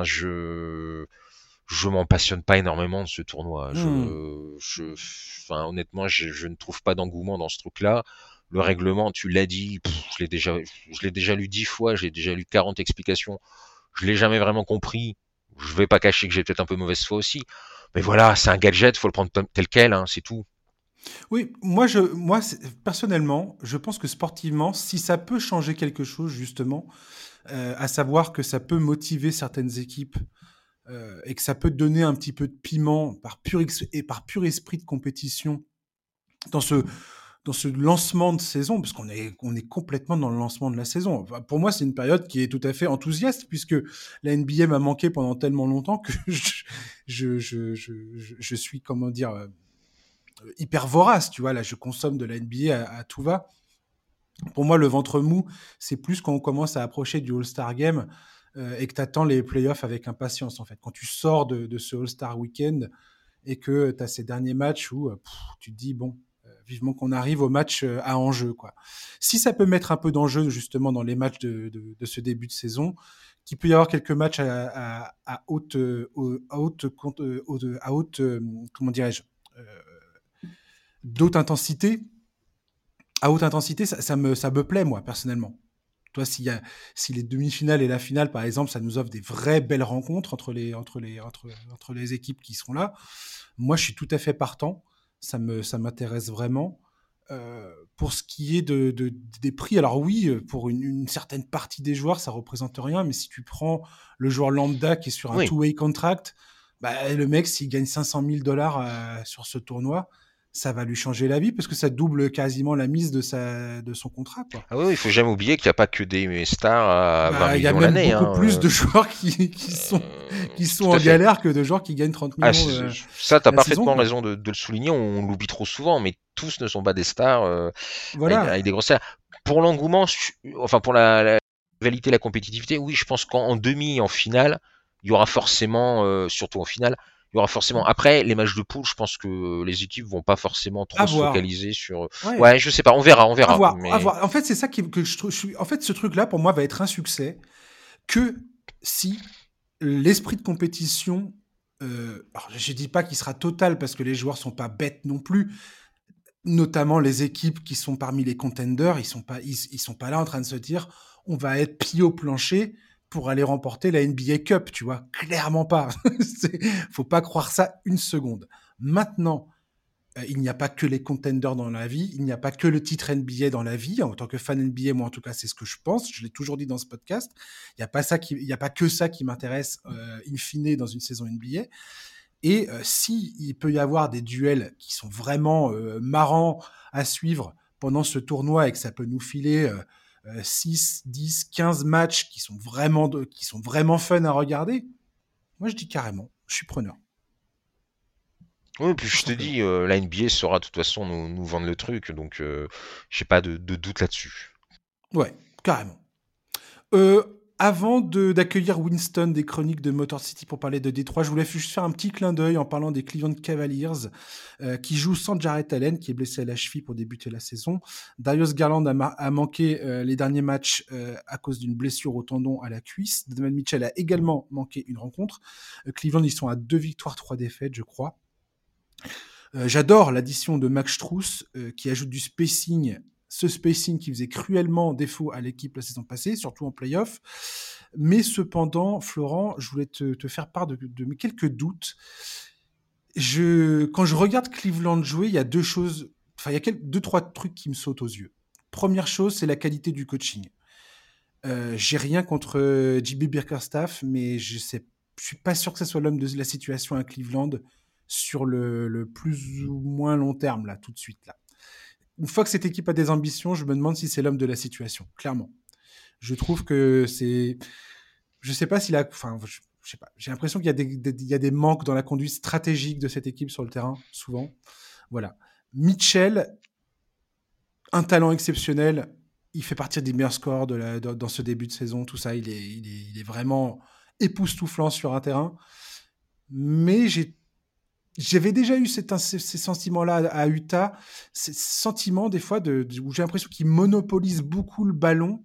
Speaker 2: je je m'en passionne pas énormément de ce tournoi.
Speaker 1: Hmm.
Speaker 2: Je, je, enfin, honnêtement, je, je ne trouve pas d'engouement dans ce truc-là. Le règlement, tu l'as dit, pff, je l'ai déjà, je l'ai déjà lu dix fois, j'ai déjà lu quarante explications. Je l'ai jamais vraiment compris. Je vais pas cacher que j'ai peut-être un peu mauvaise foi aussi. Mais voilà, c'est un gadget, faut le prendre tel quel, hein, c'est tout.
Speaker 1: Oui, moi, je, moi personnellement, je pense que sportivement, si ça peut changer quelque chose, justement, euh, à savoir que ça peut motiver certaines équipes euh, et que ça peut donner un petit peu de piment par pur, ex- et par pur esprit de compétition dans ce, dans ce lancement de saison, parce qu'on est, on est complètement dans le lancement de la saison. Enfin, pour moi, c'est une période qui est tout à fait enthousiaste, puisque la N B A m'a manqué pendant tellement longtemps que je, je, je, je, je, je suis, comment dire, euh, hyper vorace, tu vois. Là, je consomme de la N B A à, à tout va. Pour moi, le ventre mou, c'est plus quand on commence à approcher du All-Star Game euh, et que tu attends les playoffs avec impatience, en fait. Quand tu sors de, de ce All-Star Weekend et que tu as ces derniers matchs où pff, tu te dis, bon, euh, vivement qu'on arrive au match euh, à enjeu, quoi. Si ça peut mettre un peu d'enjeu, justement, dans les matchs de, de, de ce début de saison, qu'il peut y avoir quelques matchs à, à, à haute, euh, à haute, euh, à haute euh, comment dirais-je, euh, d'haute intensité, à haute intensité, ça, ça, me, ça me plaît, moi, personnellement. Toi, s'il y a, si les demi-finales et la finale, par exemple, ça nous offre des vraies belles rencontres entre les, entre les, entre, entre les équipes qui sont là, moi, je suis tout à fait partant. Ça me, ça m'intéresse vraiment. Euh, pour ce qui est de, de, des prix, alors oui, pour une, une certaine partie des joueurs, ça représente rien, mais si tu prends le joueur lambda qui est sur un
Speaker 2: Oui.
Speaker 1: two-way contract, bah, le mec, s'il gagne cinq cent mille dollars euh, sur ce tournoi, ça va lui changer la vie parce que ça double quasiment la mise de, sa, de son contrat, quoi.
Speaker 2: Ah oui, il faut jamais oublier qu'il n'y a pas que des stars à vingt
Speaker 1: Bah, il y a
Speaker 2: millions
Speaker 1: même
Speaker 2: l'année.
Speaker 1: beaucoup
Speaker 2: Hein.
Speaker 1: plus
Speaker 2: Euh,
Speaker 1: de joueurs qui, qui, sont,
Speaker 2: euh,
Speaker 1: qui sont
Speaker 2: tout à
Speaker 1: en
Speaker 2: fait.
Speaker 1: galère que de joueurs qui gagnent trente
Speaker 2: Ah,
Speaker 1: millions
Speaker 2: c'est-
Speaker 1: euh,
Speaker 2: ça, t'as
Speaker 1: la saison,
Speaker 2: parfaitement
Speaker 1: quoi.
Speaker 2: raison de, de le souligner. On l'oublie trop souvent, mais tous ne sont pas des stars euh, avec,
Speaker 1: Voilà.
Speaker 2: avec des grosses stars. Pour l'engouement, je- enfin pour la, la rivalité, la compétitivité, oui, je pense qu'en en demi, en finale, il y aura forcément, euh, surtout en finale, il y aura forcément. Après, les matchs de poule, je pense que les équipes vont pas forcément
Speaker 1: À
Speaker 2: trop se
Speaker 1: voir.
Speaker 2: focaliser sur.
Speaker 1: Ouais.
Speaker 2: Ouais, je sais pas, on verra, on
Speaker 1: À
Speaker 2: verra.
Speaker 1: voir, à
Speaker 2: Mais
Speaker 1: voir. En fait, c'est ça qui, que je trouve. Je suis, en fait, ce truc-là, pour moi, va être un succès que si l'esprit de compétition. Euh, alors, je dis pas qu'il sera total parce que les joueurs sont pas bêtes non plus. Notamment les équipes qui sont parmi les contenders, ils sont pas, ils, ils sont pas là en train de se dire, on va être pied au plancher pour aller remporter la N B A Cup, tu vois. Clairement pas. Faut pas croire ça une seconde. Maintenant, Euh, il n'y a pas que les contenders dans la vie, il n'y a pas que le titre N B A dans la vie. En tant que fan N B A, moi en tout cas, c'est ce que je pense. Je l'ai toujours dit dans ce podcast. Il n'y a pas ça qui, il y a pas que ça qui m'intéresse euh, in fine dans une saison N B A. Et euh, si il peut y avoir des duels qui sont vraiment euh, marrants à suivre pendant ce tournoi et que ça peut nous filer euh, euh, six, dix, quinze matchs qui sont vraiment de, qui sont vraiment fun à regarder, moi je dis carrément, je suis preneur,
Speaker 2: oui, puis
Speaker 1: tout
Speaker 2: je te
Speaker 1: simplement.
Speaker 2: dis, euh, la N B A saura de toute façon nous, nous vendre le truc, donc euh, j'ai pas de, de doute là-dessus.
Speaker 1: Ouais, carrément. Euh, avant de, d'accueillir Winston des chroniques de Motor City pour parler de Détroit, je voulais juste faire un petit clin d'œil en parlant des Cleveland Cavaliers euh, qui jouent sans Jarrett Allen qui est blessé à la cheville pour débuter la saison. Darius Garland a, ma- a manqué euh, les derniers matchs euh, à cause d'une blessure au tendon à la cuisse. Donovan Mitchell a également manqué une rencontre. Euh, Cleveland, ils sont à deux victoires, trois défaites, je crois. Euh, j'adore l'addition de Max Strus euh, qui ajoute du spacing, ce spacing qui faisait cruellement défaut à l'équipe la saison passée, surtout en playoff. Mais cependant, Florent, je voulais te, te faire part de, de mes quelques doutes. Je, quand je regarde Cleveland jouer, il y a deux choses, enfin il y a quelques, deux trois trucs qui me sautent aux yeux. Première chose, c'est la qualité du coaching. Euh, j'ai rien contre euh, J B Bickerstaff, mais je sais, je suis pas sûr que ce soit l'homme de la situation à Cleveland sur le, le plus ou moins long terme là, tout de suite là. Une fois que cette équipe a des ambitions, je me demande si c'est l'homme de la situation. Clairement, je trouve que c'est, je sais pas s'il a, enfin, je, je sais pas. J'ai l'impression qu'il y a des, des, il y a des manques dans la conduite stratégique de cette équipe sur le terrain, souvent. Voilà. Mitchell, un talent exceptionnel. Il fait partie des meilleurs scores de la, de, dans ce début de saison. Tout ça, il est, il est, il est vraiment époustouflant sur un terrain. Mais j'ai, j'avais déjà eu cet, ces, ces sentiments-là à, à Utah, ces sentiments des fois de, de, où j'ai l'impression qu'il monopolise beaucoup le ballon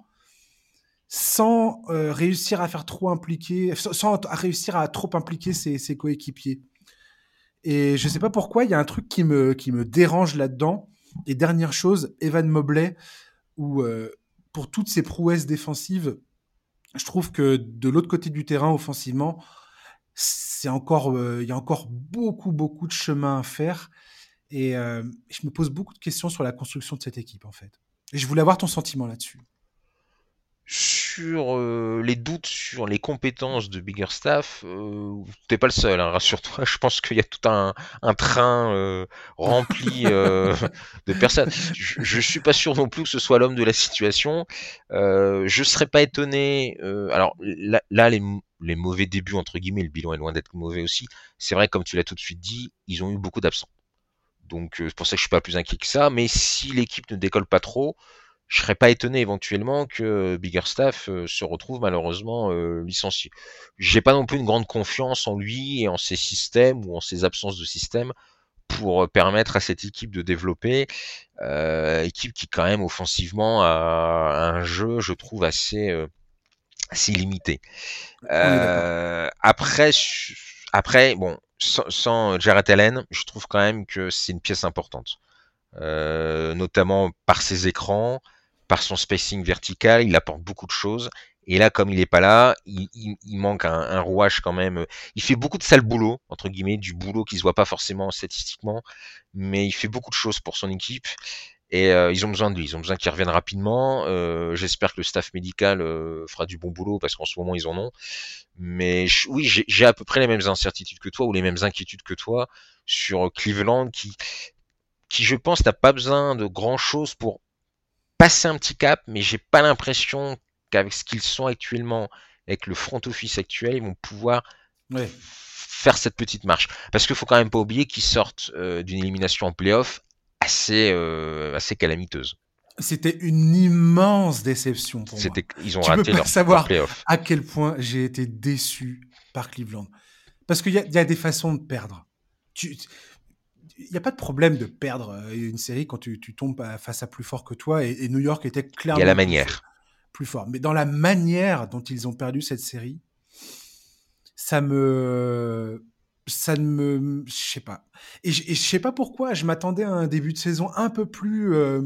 Speaker 1: sans euh, réussir à faire trop impliquer, sans, sans réussir à trop impliquer ses, ses coéquipiers. Et je sais pas pourquoi, il y a un truc qui me, qui me dérange là-dedans. Et dernière chose, Evan Mobley, où euh, pour toutes ses prouesses défensives, je trouve que de l'autre côté du terrain, offensivement, c'est encore, euh, il y a encore beaucoup, beaucoup de chemin à faire. Et euh, je me pose beaucoup de questions sur la construction de cette équipe, en fait. Et je voulais avoir ton sentiment là-dessus.
Speaker 2: Sur euh, les doutes sur les compétences de Biggerstaff, euh, t'es pas le seul, hein, rassure-toi. Je pense qu'il y a tout un, un train euh, rempli euh, de personnes. Je, je suis pas sûr non plus que ce soit l'homme de la situation. Euh, je serais pas étonné. Euh, alors là, là les, les mauvais débuts entre guillemets, le bilan est loin d'être mauvais aussi. C'est vrai, comme tu l'as tout de suite dit, ils ont eu beaucoup d'absents. Donc euh, c'est pour ça que je suis pas plus inquiet que ça. Mais si l'équipe ne décolle pas trop, je serais pas étonné éventuellement que Biggerstaff euh, se retrouve malheureusement euh, licencié. J'ai pas non plus une grande confiance en lui et en ses systèmes ou en ses absences de système pour permettre à cette équipe de développer. Euh, équipe qui quand même offensivement a un jeu, je trouve, assez, euh, assez limité.
Speaker 1: On est d'accord.
Speaker 2: Euh, après, après, bon, sans, sans Jarrett Allen, je trouve quand même que c'est une pièce importante. Euh, notamment par ses écrans, par son spacing vertical, il apporte beaucoup de choses. Et là, comme il est pas là, il, il, il manque un, un rouage quand même. Il fait beaucoup de sale boulot, entre guillemets, du boulot qui se voit pas forcément statistiquement, mais il fait beaucoup de choses pour son équipe. Et euh, ils ont besoin de lui, ils ont besoin qu'il revienne rapidement. Euh, J'espère que le staff médical euh, fera du bon boulot parce qu'en ce moment ils en ont. Mais je, oui, j'ai à peu près les mêmes incertitudes que toi ou les mêmes inquiétudes que toi sur Cleveland qui, qui je pense n'a pas besoin de grand chose pour passer un petit cap, mais j'ai pas l'impression qu'avec ce qu'ils sont actuellement, avec le front office actuel, ils vont pouvoir
Speaker 1: Ouais.
Speaker 2: faire cette petite marche. Parce qu'il faut quand même pas oublier qu'ils sortent euh, d'une élimination en playoff assez, euh, assez calamiteuse.
Speaker 1: C'était une immense déception pour moi.
Speaker 2: Ils ont
Speaker 1: Tu peux
Speaker 2: raté
Speaker 1: pas
Speaker 2: leur, leur
Speaker 1: savoir
Speaker 2: playoff.
Speaker 1: à quel point j'ai été déçu par Cleveland. Parce qu'il y, y a des façons de perdre. Il n'y a pas de problème de perdre une série quand tu, tu tombes face à plus fort que toi. Et, et New York était
Speaker 2: Il y a la
Speaker 1: clairement plus,
Speaker 2: manière.
Speaker 1: plus fort. Mais dans la manière dont ils ont perdu cette série, ça me... Ça ne me... Je sais pas. Et je, et je sais pas pourquoi, je m'attendais à un début de saison un peu plus... Euh,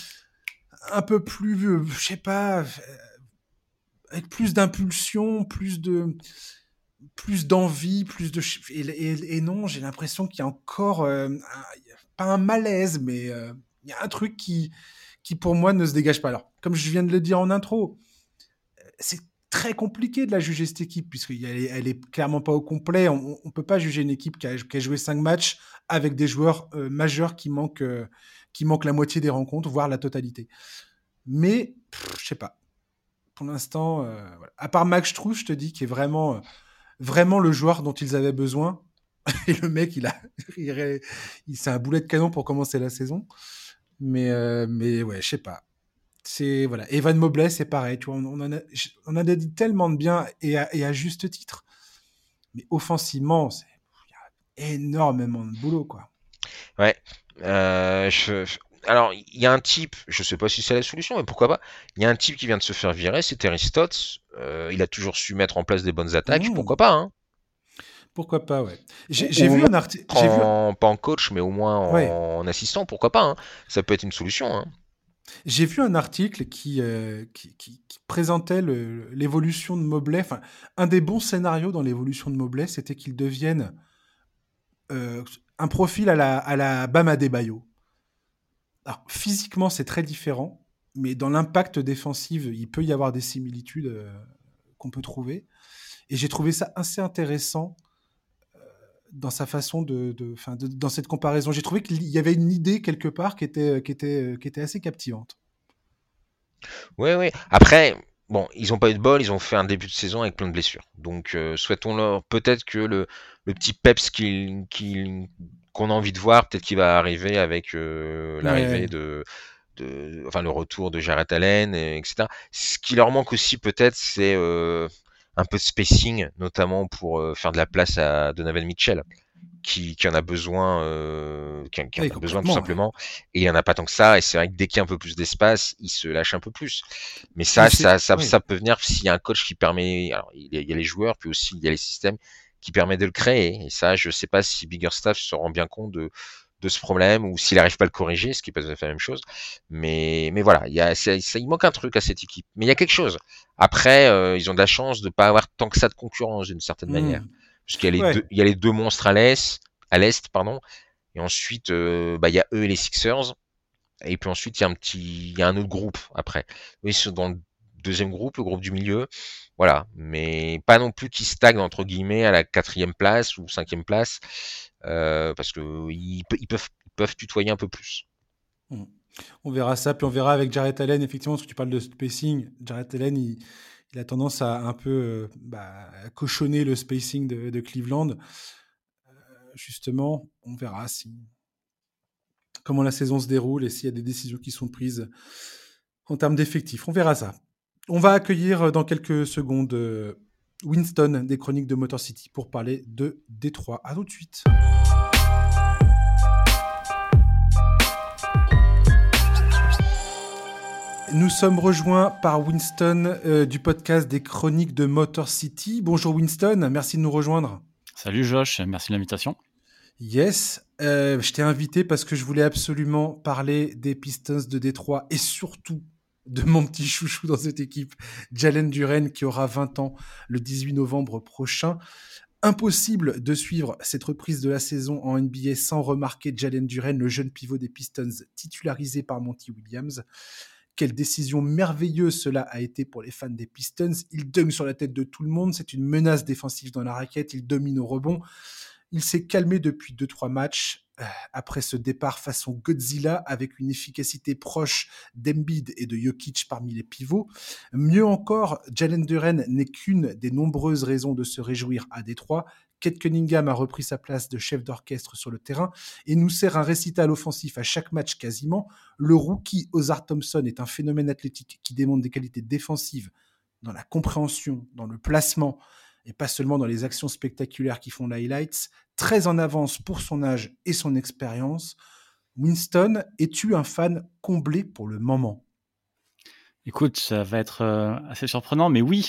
Speaker 1: un peu plus... Euh, je sais pas... Euh, avec plus d'impulsion, plus de... plus d'envie, plus de... Et, et, et non, j'ai l'impression qu'il y a encore... Euh, un, pas un malaise, mais euh, il y a un truc qui, qui, pour moi, ne se dégage pas. Alors, comme je viens de le dire en intro, c'est très compliqué de la juger cette équipe puisqu'elle est, elle est clairement pas au complet. On, on peut pas juger une équipe qui a, qui a joué cinq matchs avec des joueurs euh, majeurs qui manquent, euh, qui manquent la moitié des rencontres, voire la totalité. Mais pff, je sais pas. Pour l'instant, euh, voilà. À part Max Strus, je te dis, qui est vraiment, euh, vraiment le joueur dont ils avaient besoin. Et le mec, il a, il, il c'est un boulet de canon pour commencer la saison. Mais, euh, mais ouais, je sais pas. C'est voilà. Evan Mobley, c'est pareil. Tu vois, on, on en a, on a dit tellement de bien et à, et à juste titre. Mais offensivement, c'est il y a énormément de boulot, quoi.
Speaker 2: Ouais. Euh, je, je, alors, il y a un type, je sais pas si c'est la solution, mais pourquoi pas. Il y a un type qui vient de se faire virer, c'est Terry Stotts. Euh, il a toujours su mettre en place des bonnes attaques. Mmh. Pourquoi pas, hein.
Speaker 1: Pourquoi pas, ouais. J'ai vu un article.
Speaker 2: Vu... Pas en coach, mais au moins en, ouais. en assistant, pourquoi pas, hein. Ça peut être une solution, hein.
Speaker 1: J'ai vu un article qui, euh, qui, qui, qui présentait l'évolution de Mobley. Enfin, un des bons scénarios dans l'évolution de Mobley, c'était qu'il devienne euh, un profil à la, à la Bam Adebayo. Alors, physiquement, c'est très différent, mais dans l'impact défensif, il peut y avoir des similitudes euh, qu'on peut trouver. Et j'ai trouvé ça assez intéressant euh, dans sa façon de, de, de, dans cette comparaison. J'ai trouvé qu'il y avait une idée quelque part qui était, qui était, qui était assez captivante.
Speaker 2: Oui, oui. Après, bon, ils n'ont pas eu de bol, ils ont fait un début de saison avec plein de blessures. Donc, euh, souhaitons-leur peut-être que le, le petit peps qu'on qu qu'on a envie de voir, peut-être qu'il va arriver avec euh, l'arrivée ouais. de, de, enfin, le retour de Jarrett Allen, et, etc. Ce qui leur manque aussi, peut-être, c'est euh, un peu de spacing, notamment pour euh, faire de la place à Donovan Mitchell. Qui, qui en a besoin, euh, qui, qui en oui, a besoin tout simplement, ouais. Et il n'y en a pas tant que ça, et c'est vrai que dès qu'il y a un peu plus d'espace, il se lâche un peu plus. Mais ça, ça, ça, oui. ça peut venir s'il y a un coach qui permet, alors il y, a, il y a les joueurs, puis aussi il y a les systèmes qui permettent de le créer, et ça, je sais pas si Biggerstaff se rend bien compte de, de ce problème, ou s'il n'arrive pas à le corriger, ce qui peut être la même chose. Mais, mais voilà, il y a, ça, ça, il manque un truc à cette équipe. Mais il y a quelque chose. Après, euh, ils ont de la chance de pas avoir tant que ça de concurrence d'une certaine
Speaker 1: Mmh.
Speaker 2: manière, puisqu'il y a les
Speaker 1: Ouais.
Speaker 2: deux, il y a les deux monstres à l'est, à l'est, pardon, et ensuite, euh, bah, il y a eux et les Sixers, et puis ensuite il y a un petit, il y a un autre groupe après. Ils sont dans le deuxième groupe, le groupe du milieu, voilà, mais pas non plus qui stagne entre guillemets à la quatrième place ou cinquième place, euh, parce que ils, ils peuvent, ils peuvent tutoyer un peu plus.
Speaker 1: Mmh. On verra ça, puis on verra avec Jarrett Allen, effectivement, parce que tu parles de spacing. Jarrett Allen, il, il a tendance à un peu euh, bah, à cochonner le spacing de, de Cleveland. Euh, justement, on verra si comment la saison se déroule et s'il y a des décisions qui sont prises en termes d'effectifs. On verra ça. On va accueillir euh, dans quelques secondes euh, Winston des Chroniques de Motor City pour parler de Détroit. À tout de suite. Nous sommes rejoints par Winston euh, du podcast des Chroniques de Motor City. Bonjour Winston, merci de nous rejoindre.
Speaker 3: Salut Josh, merci de l'invitation.
Speaker 1: Yes, euh, je t'ai invité parce que je voulais absolument parler des Pistons de Détroit et surtout de mon petit chouchou dans cette équipe, Jalen Duren, qui aura vingt ans le dix-huit novembre prochain. Impossible de suivre cette reprise de la saison en N B A sans remarquer Jalen Duren, le jeune pivot des Pistons titularisé par Monty Williams. Quelle décision merveilleuse cela a été pour les fans des Pistons. Il dunk sur la tête de tout le monde. C'est une menace défensive dans la raquette. Il domine au rebond. Il s'est calmé depuis deux trois matchs euh, après ce départ façon Godzilla avec une efficacité proche d'Embiid et de Jokic parmi les pivots. Mieux encore, Jalen Duren n'est qu'une des nombreuses raisons de se réjouir à Détroit. Kate Cunningham a repris sa place de chef d'orchestre sur le terrain et nous sert un récital offensif à chaque match quasiment. Le rookie Ozar Thompson est un phénomène athlétique qui démontre des qualités défensives dans la compréhension, dans le placement et pas seulement dans les actions spectaculaires qui font l'highlights. Très en avance pour son âge et son expérience. Winston, es-tu un fan comblé pour le moment ?
Speaker 3: Écoute, ça va être euh, assez surprenant, mais oui,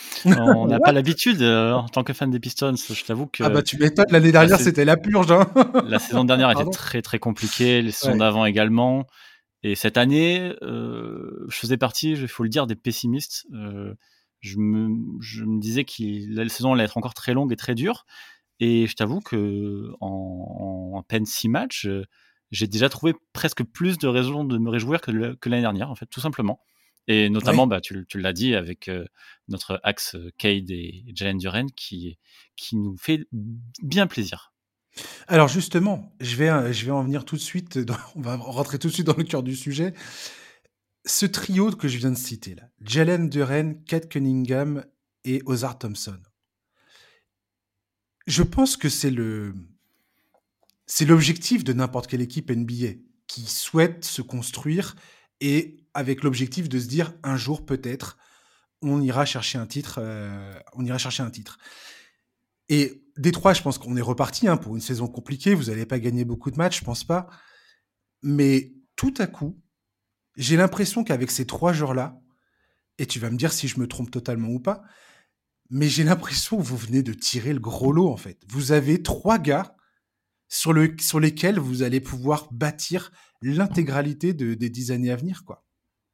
Speaker 3: on n'a pas l'habitude euh, en tant que fan des Pistons. Je t'avoue que
Speaker 1: ah bah tu m'étonnes, l'année dernière
Speaker 3: la
Speaker 1: c'était la purge. Hein.
Speaker 3: La saison dernière était très très compliquée, les saisons ouais. d'avant également. Et cette année, euh, je faisais partie, il faut le dire, des pessimistes. Euh, je, me, je me disais que la saison allait être encore très longue et très dure. Et je t'avoue que en, en à peine six matchs, j'ai déjà trouvé presque plus de raisons de me réjouir que, le, que l'année dernière, en fait, tout simplement. Et notamment, oui. bah, tu, tu l'as dit, avec euh, notre axe Cade et Jalen Duren qui, qui nous fait bien plaisir.
Speaker 1: Alors justement, je vais, je vais en venir tout de suite, dans, on va rentrer tout de suite dans le cœur du sujet. Ce trio que je viens de citer, là, Jalen Duren, Kate Cunningham et Ozar Thompson, je pense que c'est le, c'est l'objectif de n'importe quelle équipe N B A qui souhaite se construire et avec l'objectif de se dire un jour peut-être on ira chercher un titre, euh, on ira chercher un titre. Et Détroit, je pense qu'on est reparti hein, pour une saison compliquée. Vous n'allez pas gagner beaucoup de matchs, je pense pas. Mais tout à coup, j'ai l'impression qu'avec ces trois joueurs-là, et tu vas me dire si je me trompe totalement ou pas, mais j'ai l'impression que vous venez de tirer le gros lot en fait. Vous avez trois gars sur, le, sur lesquels vous allez pouvoir bâtir l'intégralité de, des dix années à venir, quoi.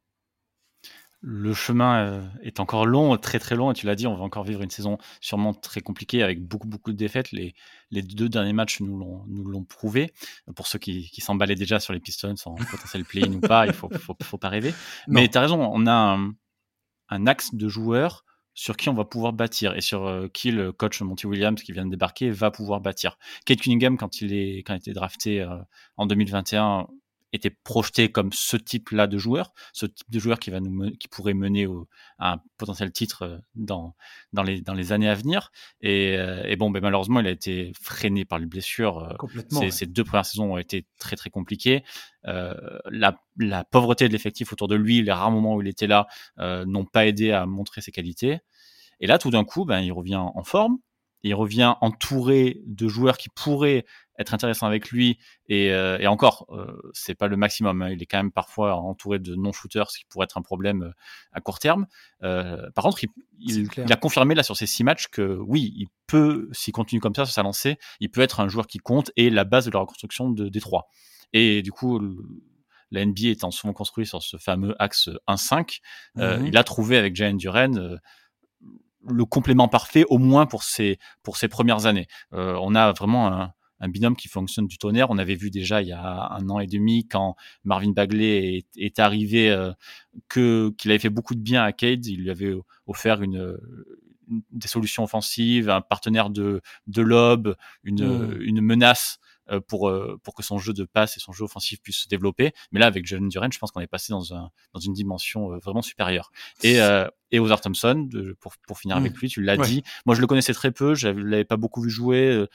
Speaker 3: Le chemin est encore long, très très long, et tu l'as dit, on va encore vivre une saison sûrement très compliquée avec beaucoup beaucoup de défaites. Les, les deux derniers matchs nous l'ont, nous l'ont prouvé. Pour ceux qui, qui s'emballaient déjà sur les Pistons en potentiel play-in ou pas, il faut, faut, faut pas rêver. Non. Mais tu as raison, on a un, un axe de joueurs sur qui on va pouvoir bâtir et sur euh, qui le coach Monty Williams qui vient de débarquer va pouvoir bâtir. Kate Cunningham, quand il, est, quand il a été drafté euh, en deux mille vingt et un, était projeté comme ce type-là de joueur, ce type de joueur qui, va nous, qui pourrait mener au, à un potentiel titre dans, dans, les, dans les années à venir. Et, et bon, ben malheureusement, il a été freiné par les blessures.
Speaker 1: Complètement.
Speaker 3: Ces,
Speaker 1: ouais.
Speaker 3: ces deux premières saisons ont été très, très compliquées. Euh, la, la pauvreté de l'effectif autour de lui, les rares moments où il était là, euh, n'ont pas aidé à montrer ses qualités. Et là, tout d'un coup, ben, il revient en forme. et il revient entouré de joueurs qui pourraient être intéressants avec lui, et, euh, et encore, euh, c'est pas le maximum, hein. Il est quand même parfois entouré de non-shooters, ce qui pourrait être un problème euh, à court terme. Euh, par contre, il, il, il a confirmé là sur ces six matchs que oui, il peut, s'il continue comme ça sur sa lancée, il peut être un joueur qui compte et la base de la reconstruction de Détroit. Et du coup, le, la N B A étant souvent construite sur ce fameux axe un cinq, euh, mm-hmm. il a trouvé avec Jalen Duren euh, le complément parfait, au moins pour ses, pour ses premières années. Euh, on a vraiment un, un binôme qui fonctionne du tonnerre. On avait vu déjà il y a un an et demi, quand Marvin Bagley est, est arrivé, euh, que, qu'il avait fait beaucoup de bien à Cade. Il lui avait offert une, une des solutions offensives, un partenaire de, de lob, une, mmh. une menace pour, pour que son jeu de passe et son jeu offensif puisse se développer. Mais là, avec Jalen Duren, je pense qu'on est passé dans, un, dans une dimension vraiment supérieure. Et, euh, et Ausar Thompson, de, pour, pour finir mmh. avec lui, tu l'as ouais. dit. Moi, je le connaissais très peu, je ne l'avais pas beaucoup vu jouer.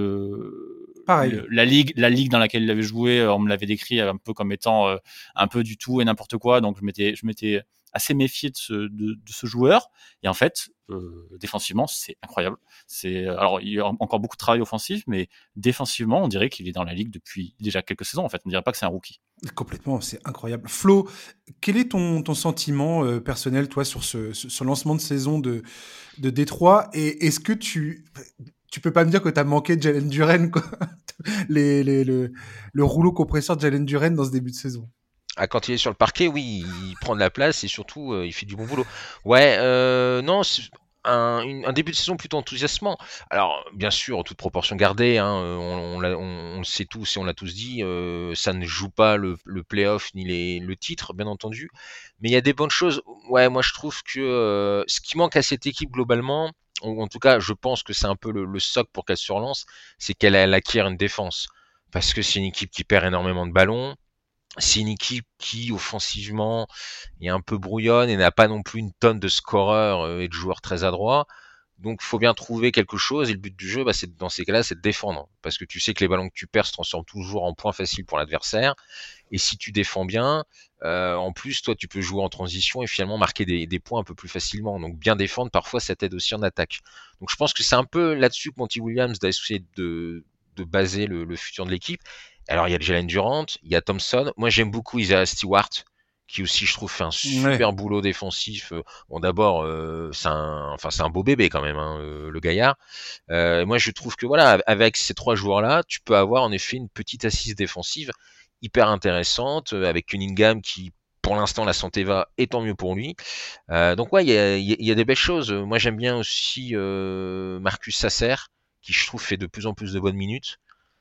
Speaker 3: Le,
Speaker 1: Pareil.
Speaker 3: Le, la, ligue, la ligue dans laquelle il avait joué, on me l'avait décrit un peu comme étant euh, un peu du tout et n'importe quoi. Donc, je m'étais, je m'étais assez méfié de ce, de, de ce joueur. Et en fait, euh, défensivement, c'est incroyable. C'est, alors, il y a encore beaucoup de travail offensif, mais défensivement, on dirait qu'il est dans la ligue depuis déjà quelques saisons. En fait, on dirait pas que c'est un rookie.
Speaker 1: Complètement, c'est incroyable. Flo, quel est ton, ton sentiment euh, personnel, toi, sur ce, ce lancement de saison de, de Détroit? Et est-ce que tu... Tu peux pas me dire que tu as manqué de Jalen Duren, quoi. les, les, le, le rouleau compresseur de Jalen Duren dans ce début de saison?
Speaker 2: Ah, quand il est sur le parquet, oui, il prend de la place et surtout, euh, il fait du bon boulot. Ouais, euh, non, c'est un, une, un début de saison plutôt enthousiasmant. Alors, bien sûr, en toute proportion gardée, hein, on, on, on, on le sait tous et on l'a tous dit, euh, ça ne joue pas le, le play-off ni les, le titre, bien entendu. Mais il y a des bonnes choses. Ouais, moi, je trouve que euh, ce qui manque à cette équipe globalement, ou en tout cas, je pense que c'est un peu le, le socle pour qu'elle se relance, c'est qu'elle elle acquiert une défense. Parce que c'est une équipe qui perd énormément de ballons. C'est une équipe qui, offensivement, est un peu brouillonne et n'a pas non plus une tonne de scoreurs et de joueurs très adroits. Donc, il faut bien trouver quelque chose. Et le but du jeu, bah, c'est, dans ces cas-là, c'est de défendre. Parce que tu sais que les ballons que tu perds se transforment toujours en points faciles pour l'adversaire. Et si tu défends bien, euh, en plus, toi, tu peux jouer en transition et finalement marquer des, des points un peu plus facilement. Donc, bien défendre, parfois, ça t'aide aussi en attaque. Donc, je pense que c'est un peu là-dessus que Monty Williams doit essayer de, de baser le, le futur de l'équipe. Alors, il y a Jalen Durant, il y a Thompson. Moi, j'aime beaucoup Isaiah Stewart, qui aussi, je trouve, fait un super ouais. boulot défensif. Bon, d'abord, euh, c'est un, enfin, c'est un beau bébé quand même, hein, euh, le gaillard. Euh, moi, je trouve que voilà, avec ces trois joueurs-là, tu peux avoir en effet une petite assise défensive hyper intéressante, avec Cunningham qui, pour l'instant, la santé va, et tant mieux pour lui. Euh, donc ouais, il y a, y, y a des belles choses. Moi, j'aime bien aussi euh, Marcus Sasser, qui je trouve fait de plus en plus de bonnes minutes.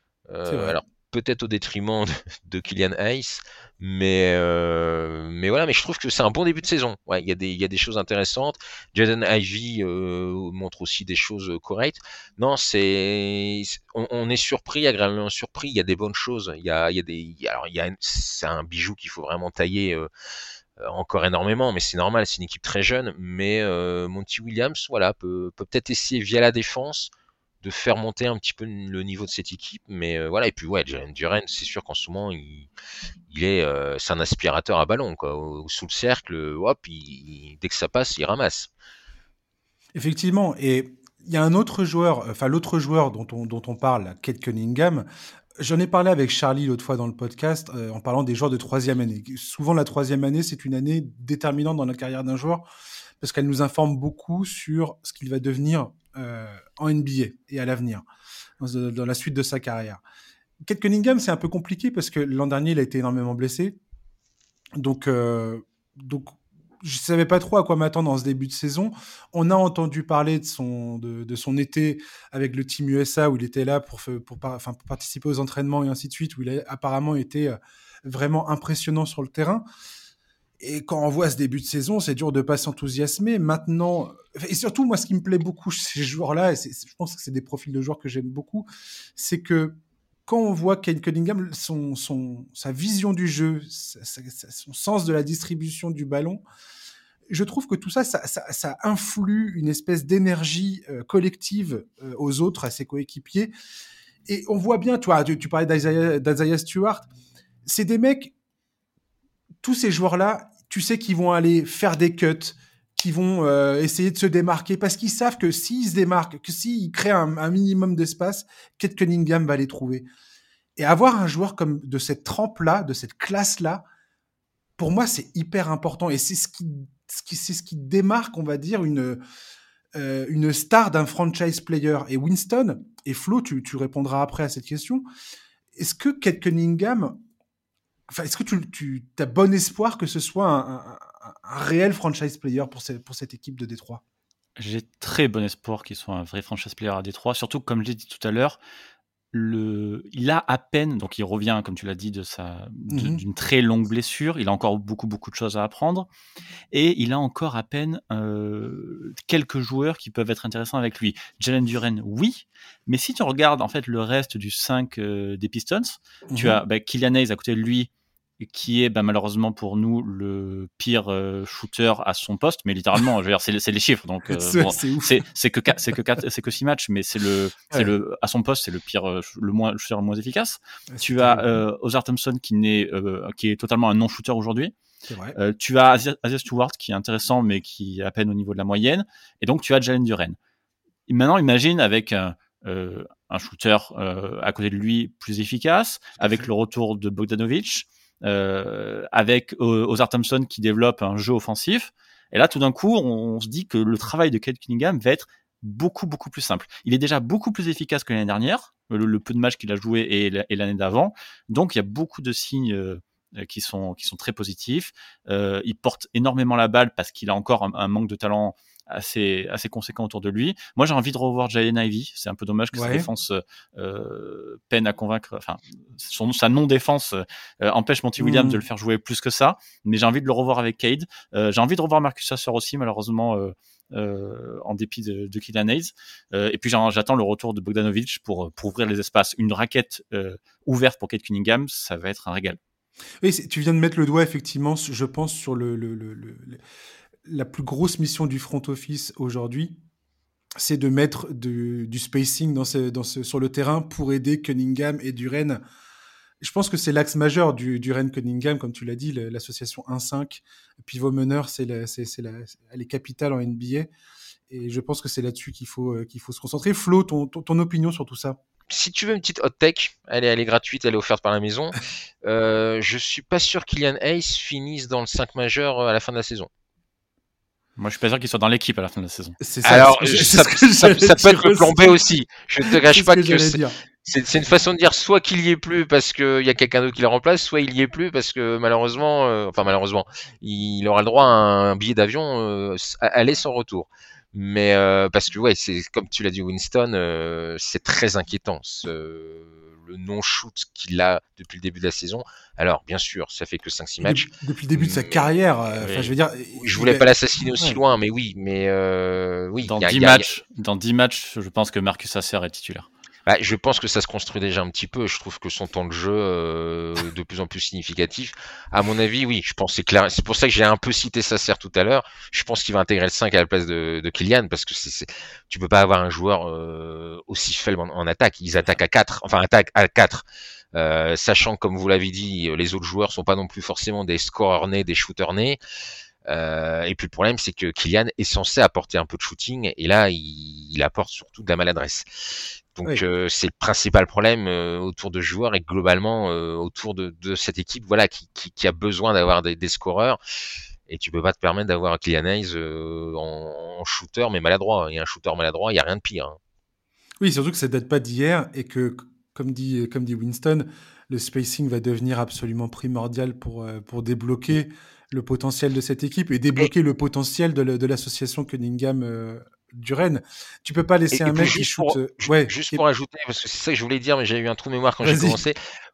Speaker 2: Euh, alors peut-être au détriment de, de Killian Hayes, mais euh, mais voilà, mais je trouve que c'est un bon début de saison. Ouais, il y a des il y a des choses intéressantes. Jaden Ivey euh, montre aussi des choses correctes. Non, c'est on, on est surpris, agréablement surpris. Il y a des bonnes choses. Il y a il y a des il y a, alors il y a c'est un bijou qu'il faut vraiment tailler. Euh, encore énormément, mais c'est normal, c'est une équipe très jeune. Mais euh, Monty Williams, voilà, peut peut peut-être essayer via la défense de faire monter un petit peu le niveau de cette équipe, mais euh, voilà. Et puis ouais, Jalen Duren, c'est sûr qu'en ce moment il, il est, euh, c'est un aspirateur à ballon, quoi. Au, sous le cercle, hop, il, il, dès que ça passe, il ramasse.
Speaker 1: Effectivement, et il y a un autre joueur, enfin l'autre joueur dont on dont on parle, Cade Cunningham. J'en ai parlé avec Charlie l'autre fois dans le podcast, euh, en parlant des joueurs de troisième année. Souvent, la troisième année, c'est une année déterminante dans la carrière d'un joueur, parce qu'elle nous informe beaucoup sur ce qu'il va devenir euh, en N B A et à l'avenir, dans, dans la suite de sa carrière. Cade Cunningham, c'est un peu compliqué, parce que l'an dernier, il a été énormément blessé. Donc, euh, donc je ne savais pas trop à quoi m'attendre dans ce début de saison. On a entendu parler de son, de, de son été avec le Team U S A, où il était là pour, pour, pour, enfin, pour participer aux entraînements et ainsi de suite, où il a apparemment été vraiment impressionnant sur le terrain. Et quand on voit ce début de saison, c'est dur de ne pas s'enthousiasmer. Maintenant, et surtout, moi, ce qui me plaît beaucoup chez ces joueurs-là, et c'est, je pense que c'est des profils de joueurs que j'aime beaucoup, c'est que quand on voit Cade Cunningham, son, son, sa vision du jeu, sa, sa, son sens de la distribution du ballon, je trouve que tout ça, ça, ça, ça influe une espèce d'énergie euh, collective euh, aux autres, à ses coéquipiers. Et on voit bien, toi, tu, tu parlais d'Isaiah, d'Isaiah Stewart, c'est des mecs, tous ces joueurs-là, tu sais qu'ils vont aller faire des cuts, qui vont euh, essayer de se démarquer parce qu'ils savent que s'ils se démarquent, que s'ils créent un, un minimum d'espace, Kate Cunningham va les trouver. Et avoir un joueur comme de cette trempe-là, de cette classe-là, pour moi, c'est hyper important. Et c'est ce qui, ce qui, c'est ce qui démarque, on va dire, une, euh, une star d'un franchise player. Et Winston, et Flo, tu, tu répondras après à cette question. Est-ce que Kate Cunningham, enfin, est-ce que tu, tu as bon espoir que ce soit un, un, un réel franchise player pour, ce, pour cette équipe de Détroit?
Speaker 3: J'ai très bon espoir qu'il soit un vrai franchise player à Détroit, surtout comme je l'ai dit tout à l'heure, le... il a à peine, donc il revient, comme tu l'as dit, de sa... de,
Speaker 1: Mhm.
Speaker 3: d'une très longue blessure, il a encore beaucoup beaucoup de choses à apprendre, et il a encore à peine euh, quelques joueurs qui peuvent être intéressants avec lui. Jalen Duren, oui, mais si tu regardes en fait le reste du cinq euh, des Pistons,
Speaker 1: Mhm.
Speaker 3: tu as bah, Killian Hayes à côté de lui, qui est bah, malheureusement pour nous le pire euh, shooter à son poste, mais littéralement, je veux dire, c'est, c'est les chiffres, donc euh,
Speaker 1: c'est,
Speaker 3: bon,
Speaker 1: c'est, ouf.
Speaker 3: c'est, c'est que quatre, c'est que quatre, c'est que six matchs, mais c'est le, c'est
Speaker 1: Ouais.
Speaker 3: le, à son poste, c'est le pire, le moins, le shooter le moins efficace.
Speaker 1: Ouais,
Speaker 3: tu as euh, Ozar Thompson qui n'est, euh, qui est totalement un non-shooter aujourd'hui.
Speaker 1: C'est vrai.
Speaker 3: Euh, tu as Isaiah Stewart qui est intéressant, mais qui est à peine au niveau de la moyenne, et donc tu as Jalen Duren. Et maintenant, imagine avec un, euh, un shooter euh, à côté de lui plus efficace, avec le retour de Bogdanovic. Euh, avec euh, Ozar Thompson qui développe un jeu offensif. Et là, tout d'un coup, on, on se dit que le travail de Kate Cunningham va être beaucoup, beaucoup plus simple. Il est déjà beaucoup plus efficace que l'année dernière, le, le peu de matchs qu'il a joué et, et l'année d'avant. Donc, il y a beaucoup de signes euh, qui, sont, qui sont très positifs. Euh, il porte énormément la balle parce qu'il a encore un, un manque de talent assez, assez conséquent autour de lui. Moi, j'ai envie de revoir Jalen Ivey. C'est un peu dommage que ouais. sa défense euh, peine à convaincre, enfin, son, sa non-défense euh, empêche Monty Williams mmh. de le faire jouer plus que ça. Mais j'ai envie de le revoir avec Cade. Euh, j'ai envie de revoir Marcus Sasser aussi, malheureusement, euh, euh, en dépit de, de Killian Hayes. Euh, et puis, j'attends le retour de Bogdanovic pour, pour ouvrir les espaces. Une raquette euh, ouverte pour Kate Cunningham, ça va être un régal.
Speaker 1: Oui, tu viens de mettre le doigt, effectivement, je pense, sur le, le, le, le, le la plus grosse mission du front office aujourd'hui, c'est de mettre de, du spacing dans ce, dans ce, sur le terrain pour aider Cunningham et Duren. Je pense que c'est l'axe majeur du Duren-Cunningham, comme tu l'as dit, l'association un cinq. Pivot meneur, c'est la, c'est, c'est la, elle est capitale en N B A. Et je pense que c'est là-dessus qu'il faut, qu'il faut se concentrer. Flo, ton, ton, ton opinion sur tout ça?
Speaker 2: Si tu veux une petite hot take, elle est, elle est gratuite, elle est offerte par la maison. Euh, je suis pas sûr qu'Ilian Hayes finisse dans le cinq majeur à la fin de la saison.
Speaker 3: Moi, je suis pas sûr qu'il soit dans l'équipe à la fin de la saison.
Speaker 2: C'est ça, Alors, c'est, ça, c'est ça, ça, ça peut être le plan B aussi. Je ne te cache pas que, que c'est, c'est, c'est une façon de dire soit qu'il y est plus parce qu'il y a quelqu'un d'autre qui le remplace, soit il y est plus parce que malheureusement, euh, enfin malheureusement, il aura le droit à un billet d'avion euh, aller sans retour. Mais euh, parce que ouais, c'est comme tu l'as dit, Winston, euh, c'est très inquiétant. Ce, le non-shoot qu'il a depuis le début de la saison. Alors, bien sûr, ça fait que cinq six matchs.
Speaker 1: Depuis, depuis le début de sa carrière, euh, oui. je veux dire...
Speaker 2: Je voulais
Speaker 1: il
Speaker 2: pas l'assassiner aussi ouais. loin, mais oui, mais euh, oui.
Speaker 3: Dans,
Speaker 2: y a,
Speaker 3: dix
Speaker 2: y a,
Speaker 3: matchs,
Speaker 2: y a...
Speaker 3: dans dix matchs, je pense que Marcus Sasser est titulaire.
Speaker 2: Bah, je pense que ça se construit déjà un petit peu. Je trouve que son temps de jeu euh, est de plus en plus significatif. À mon avis, oui, je pense que c'est clair. C'est pour ça que j'ai un peu cité Sasser tout à l'heure. Je pense qu'il va intégrer le cinq à la place de, de Kylian parce que c'est, c'est, tu peux pas avoir un joueur euh, aussi faible en, en attaque. Ils attaquent à quatre, enfin attaquent à quatre. Euh, sachant que, comme vous l'avez dit, les autres joueurs sont pas non plus forcément des scoreurs nés, des shooters nés. Euh, et puis le problème, c'est que Kylian est censé apporter un peu de shooting, et là, il, il apporte surtout de la maladresse. Donc oui. euh, c'est le principal problème euh, autour de joueurs et globalement euh, autour de, de cette équipe, voilà, qui, qui, qui a besoin d'avoir des, des scoreurs. Et tu peux pas te permettre d'avoir Killian Hayes euh, en, en shooter, mais maladroit. Et un shooter maladroit, il y a rien de pire. Hein.
Speaker 1: Oui, surtout que ça date pas d'hier et que, comme dit, comme dit Winston, le spacing va devenir absolument primordial pour, pour débloquer le potentiel de cette équipe et débloquer et... le potentiel de, le, de l'association Cunningham euh, Duren. Tu peux pas laisser et, un et mec qui shoot.
Speaker 2: Pour,
Speaker 1: euh,
Speaker 2: juste,
Speaker 1: ouais,
Speaker 2: juste
Speaker 1: qui...
Speaker 2: pour ajouter, parce que c'est ça que je voulais dire, mais j'ai eu un trou de mémoire quand
Speaker 1: Vas-y.
Speaker 2: j'ai commencé.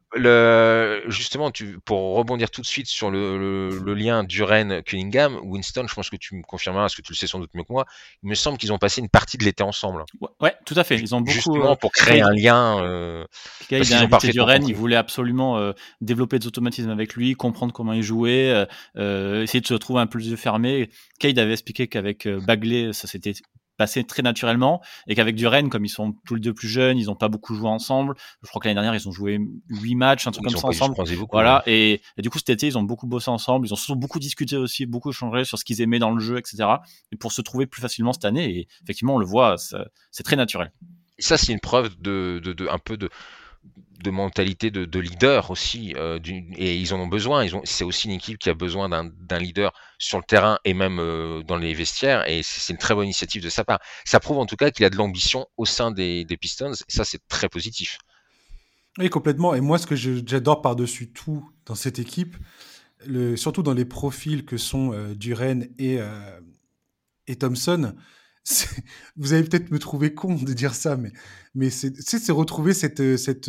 Speaker 2: Le, justement, tu, pour rebondir tout de suite sur le, le, le lien Duren-Cunningham, Winston, je pense que tu me confirmeras, parce que tu le sais sans doute mieux que moi, il me semble qu'ils ont passé une partie de l'été ensemble.
Speaker 3: Ouais, ouais tout à fait. Ils ont beaucoup,
Speaker 2: justement pour créer euh, un lien. Euh,
Speaker 3: Cade a invité Duren, il voulait absolument euh, développer des automatismes avec lui, comprendre comment il jouait, euh, euh, essayer de se trouver un peu les yeux fermés. Cade avait expliqué qu'avec euh, Bagley, ça s'était passer très naturellement, et qu'avec Duren, comme ils sont tous les deux plus jeunes, ils n'ont pas beaucoup joué ensemble. Je crois que l'année dernière, ils ont joué huit matchs, un truc
Speaker 2: Ils
Speaker 3: comme
Speaker 2: ont
Speaker 3: ça
Speaker 2: pas
Speaker 3: ensemble.
Speaker 2: croisé beaucoup,
Speaker 3: Voilà.
Speaker 2: ouais.
Speaker 3: Et, et du coup, cet été, ils ont beaucoup bossé ensemble. Ils ont surtout beaucoup discuté aussi, beaucoup échangé sur ce qu'ils aimaient dans le jeu, et cetera. Et pour se trouver plus facilement cette année. Et effectivement, on le voit, ça, c'est très naturel.
Speaker 2: Et ça, c'est une preuve de, de, de un peu de, de mentalité de, de leader aussi, euh, du, et ils en ont besoin. Ils ont, c'est aussi une équipe qui a besoin d'un, d'un leader sur le terrain et même euh, dans les vestiaires, et c'est, c'est une très bonne initiative de sa part. Ça prouve en tout cas qu'il a de l'ambition au sein des, des Pistons, et ça, c'est très positif.
Speaker 1: Oui, complètement. Et moi, ce que je, j'adore par-dessus tout dans cette équipe, le, surtout dans les profils que sont euh, Duren et, euh, et Thompson, c'est, vous allez peut-être me trouver con de dire ça, mais, mais c'est, c'est, c'est retrouver cette, cette,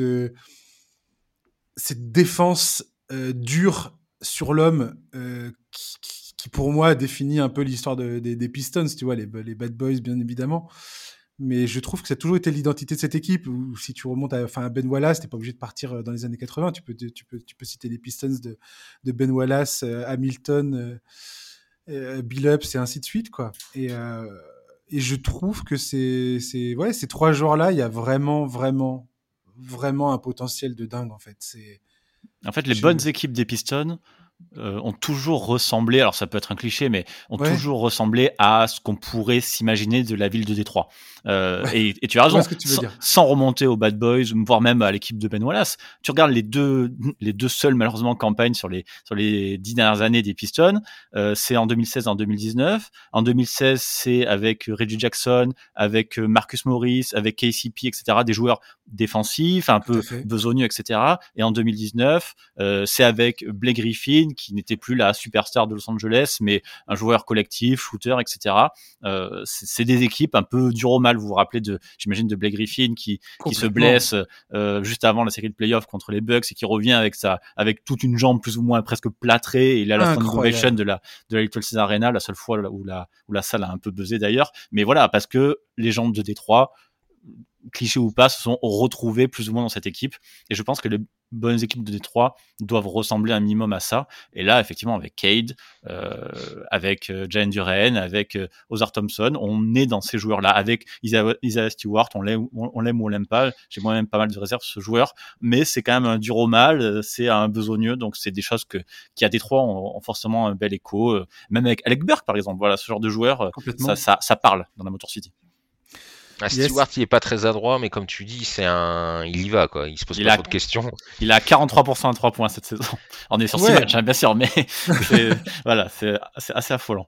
Speaker 1: cette défense euh, dure sur l'homme euh, qui, qui, qui, pour moi, définit un peu l'histoire de, des, des Pistons, tu vois, les, les Bad Boys, bien évidemment. Mais je trouve que ça a toujours été l'identité de cette équipe. Où si tu remontes à, enfin, à Ben Wallace, t'es pas obligé de partir dans les années quatre-vingts. Tu peux, tu peux, tu peux citer les Pistons de, de Ben Wallace, euh, Hamilton, euh, euh, Billups et ainsi de suite, quoi. Et, euh, et je trouve que c'est, c'est, ouais, ces trois joueurs-là, il y a vraiment, vraiment, vraiment un potentiel de dingue, en fait. C'est,
Speaker 3: En fait, les
Speaker 1: je...
Speaker 3: bonnes équipes des Pistons euh, ont toujours ressemblé, alors ça peut être un cliché, mais ont ouais. toujours ressemblé à ce qu'on pourrait s'imaginer de la ville de Détroit. Euh, ouais. et, et tu as raison,
Speaker 1: ce que tu veux
Speaker 3: sans,
Speaker 1: dire.
Speaker 3: sans remonter aux Bad Boys, voire même à l'équipe de Ben Wallace, tu regardes les deux, les deux seules malheureusement campagnes sur les sur les dix dernières années des Pistons, euh, c'est en deux mille seize, en deux mille dix-neuf. En deux mille seize, c'est avec Reggie Jackson, avec Marcus Morris, avec K C P, et cetera. Des joueurs défensifs, un peu besogneux, et cetera. Et en deux mille dix-neuf, euh, c'est avec Blake Griffin, qui n'était plus la superstar de Los Angeles, mais un joueur collectif, shooter, et cetera. Euh, c'est, c'est des équipes un peu dur au mal. Vous vous rappelez de, j'imagine, de Blake Griffin qui, qui se blesse euh, juste avant la série de playoffs contre les Bucks et qui revient avec sa, avec toute une jambe plus ou moins presque plâtrée. Et il a la standing ovation de la, de la Little Caesars Arena, la seule fois où la, où la salle a un peu buzzé d'ailleurs. Mais voilà, parce que les gens de Détroit, cliché ou pas, se sont retrouvés plus ou moins dans cette équipe. Et je pense que les bonnes équipes de Détroit doivent ressembler un minimum à ça. Et là, effectivement, avec Cade, euh, avec euh, Jalen Duren, avec euh, Ozar Thompson, on est dans ces joueurs-là. Avec Isaiah, Isaiah Stewart, on l'aime, on, on l'aime ou on l'aime pas. J'ai moi-même pas mal de réserves sur ce joueur, mais c'est quand même un dur au mal, c'est un besogneux, donc c'est des choses que, qui à Détroit ont, ont forcément un bel écho. Même avec Alec Burke, par exemple, voilà, ce genre de joueur, ça, ça, ça parle dans la Motor City.
Speaker 2: Ah, Stewart, yes. Il est pas très adroit, mais comme tu dis, c'est un, il y va quoi. Il se pose il pas a... trop de questions.
Speaker 3: Il a quarante-trois pour cent à trois points cette saison. On est sur six ouais. matchs, hein, bien sûr, mais c'est, voilà, c'est, c'est assez affolant.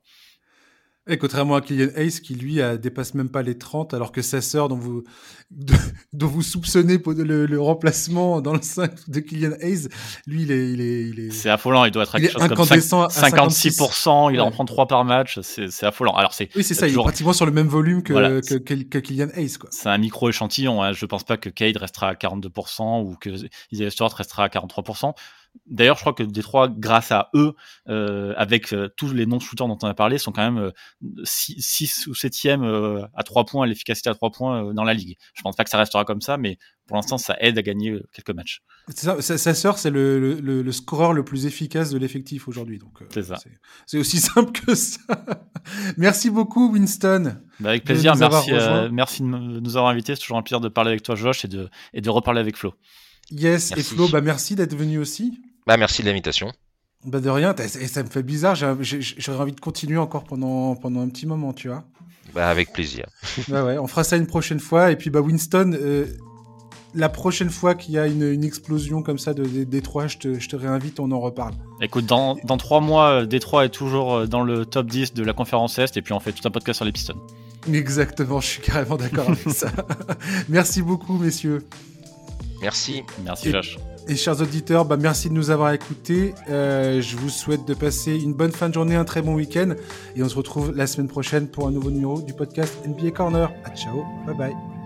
Speaker 1: Et contrairement à Killian Hayes, qui lui a, dépasse même pas les trente, alors que sa sœur, dont vous, de, dont vous soupçonnez le, le remplacement dans le cinq de Killian Hayes, lui, il est, il est, il est.
Speaker 3: C'est affolant, il doit être à quelque chose comme cinquante-six pour cent, il ouais. en prend trois par match, c'est, c'est affolant. Alors c'est.
Speaker 1: Oui, c'est ça, toujours... il est pratiquement sur le même volume que, voilà, que, que, que Killian Hayes, quoi.
Speaker 3: C'est un micro-échantillon, hein. Je pense pas que Cade restera à quarante-deux pour cent ou que Isaiah Stewart restera à quarante-trois pour cent. D'ailleurs, je crois que Détroit, grâce à eux, euh, avec euh, tous les non-shooters dont on a parlé, sont quand même six ou septième euh, à trois points, à l'efficacité à trois points euh, dans la ligue. Je pense pas que ça restera comme ça, mais pour l'instant, ça aide à gagner euh, quelques matchs.
Speaker 1: Ça, sa, sa sœur, c'est le, le, le scoreur le plus efficace de l'effectif aujourd'hui. Donc, euh,
Speaker 3: c'est ça.
Speaker 1: C'est, c'est aussi simple que ça. Merci beaucoup, Winston.
Speaker 3: Bah avec plaisir. Merci, euh, merci de nous avoir invités. C'est toujours un plaisir de parler avec toi, Josh, et de, et de reparler avec Flo.
Speaker 1: Yes, merci. Et Flo, bah merci d'être venu aussi.
Speaker 2: Bah merci de l'invitation.
Speaker 1: Bah de rien, et ça me fait bizarre, j'ai, j'ai, j'aurais envie de continuer encore pendant, pendant un petit moment, tu vois.
Speaker 2: Bah avec plaisir.
Speaker 1: Bah ouais, on fera ça une prochaine fois, et puis bah Winston, euh, la prochaine fois qu'il y a une, une explosion comme ça de, de Détroit, je te, je te réinvite, on en reparle.
Speaker 3: Écoute, dans, dans trois mois, Détroit est toujours dans le top dix de la conférence Est, et puis on fait tout un podcast sur les Pistons.
Speaker 1: Exactement, je suis carrément d'accord avec ça. Merci beaucoup, messieurs.
Speaker 2: Merci.
Speaker 3: Merci, Josh.
Speaker 1: Et chers auditeurs, bah merci de nous avoir écoutés. Euh, je vous souhaite de passer une bonne fin de journée, un très bon week-end. Et on se retrouve la semaine prochaine pour un nouveau numéro du podcast N B A Corner. À ciao, bye bye.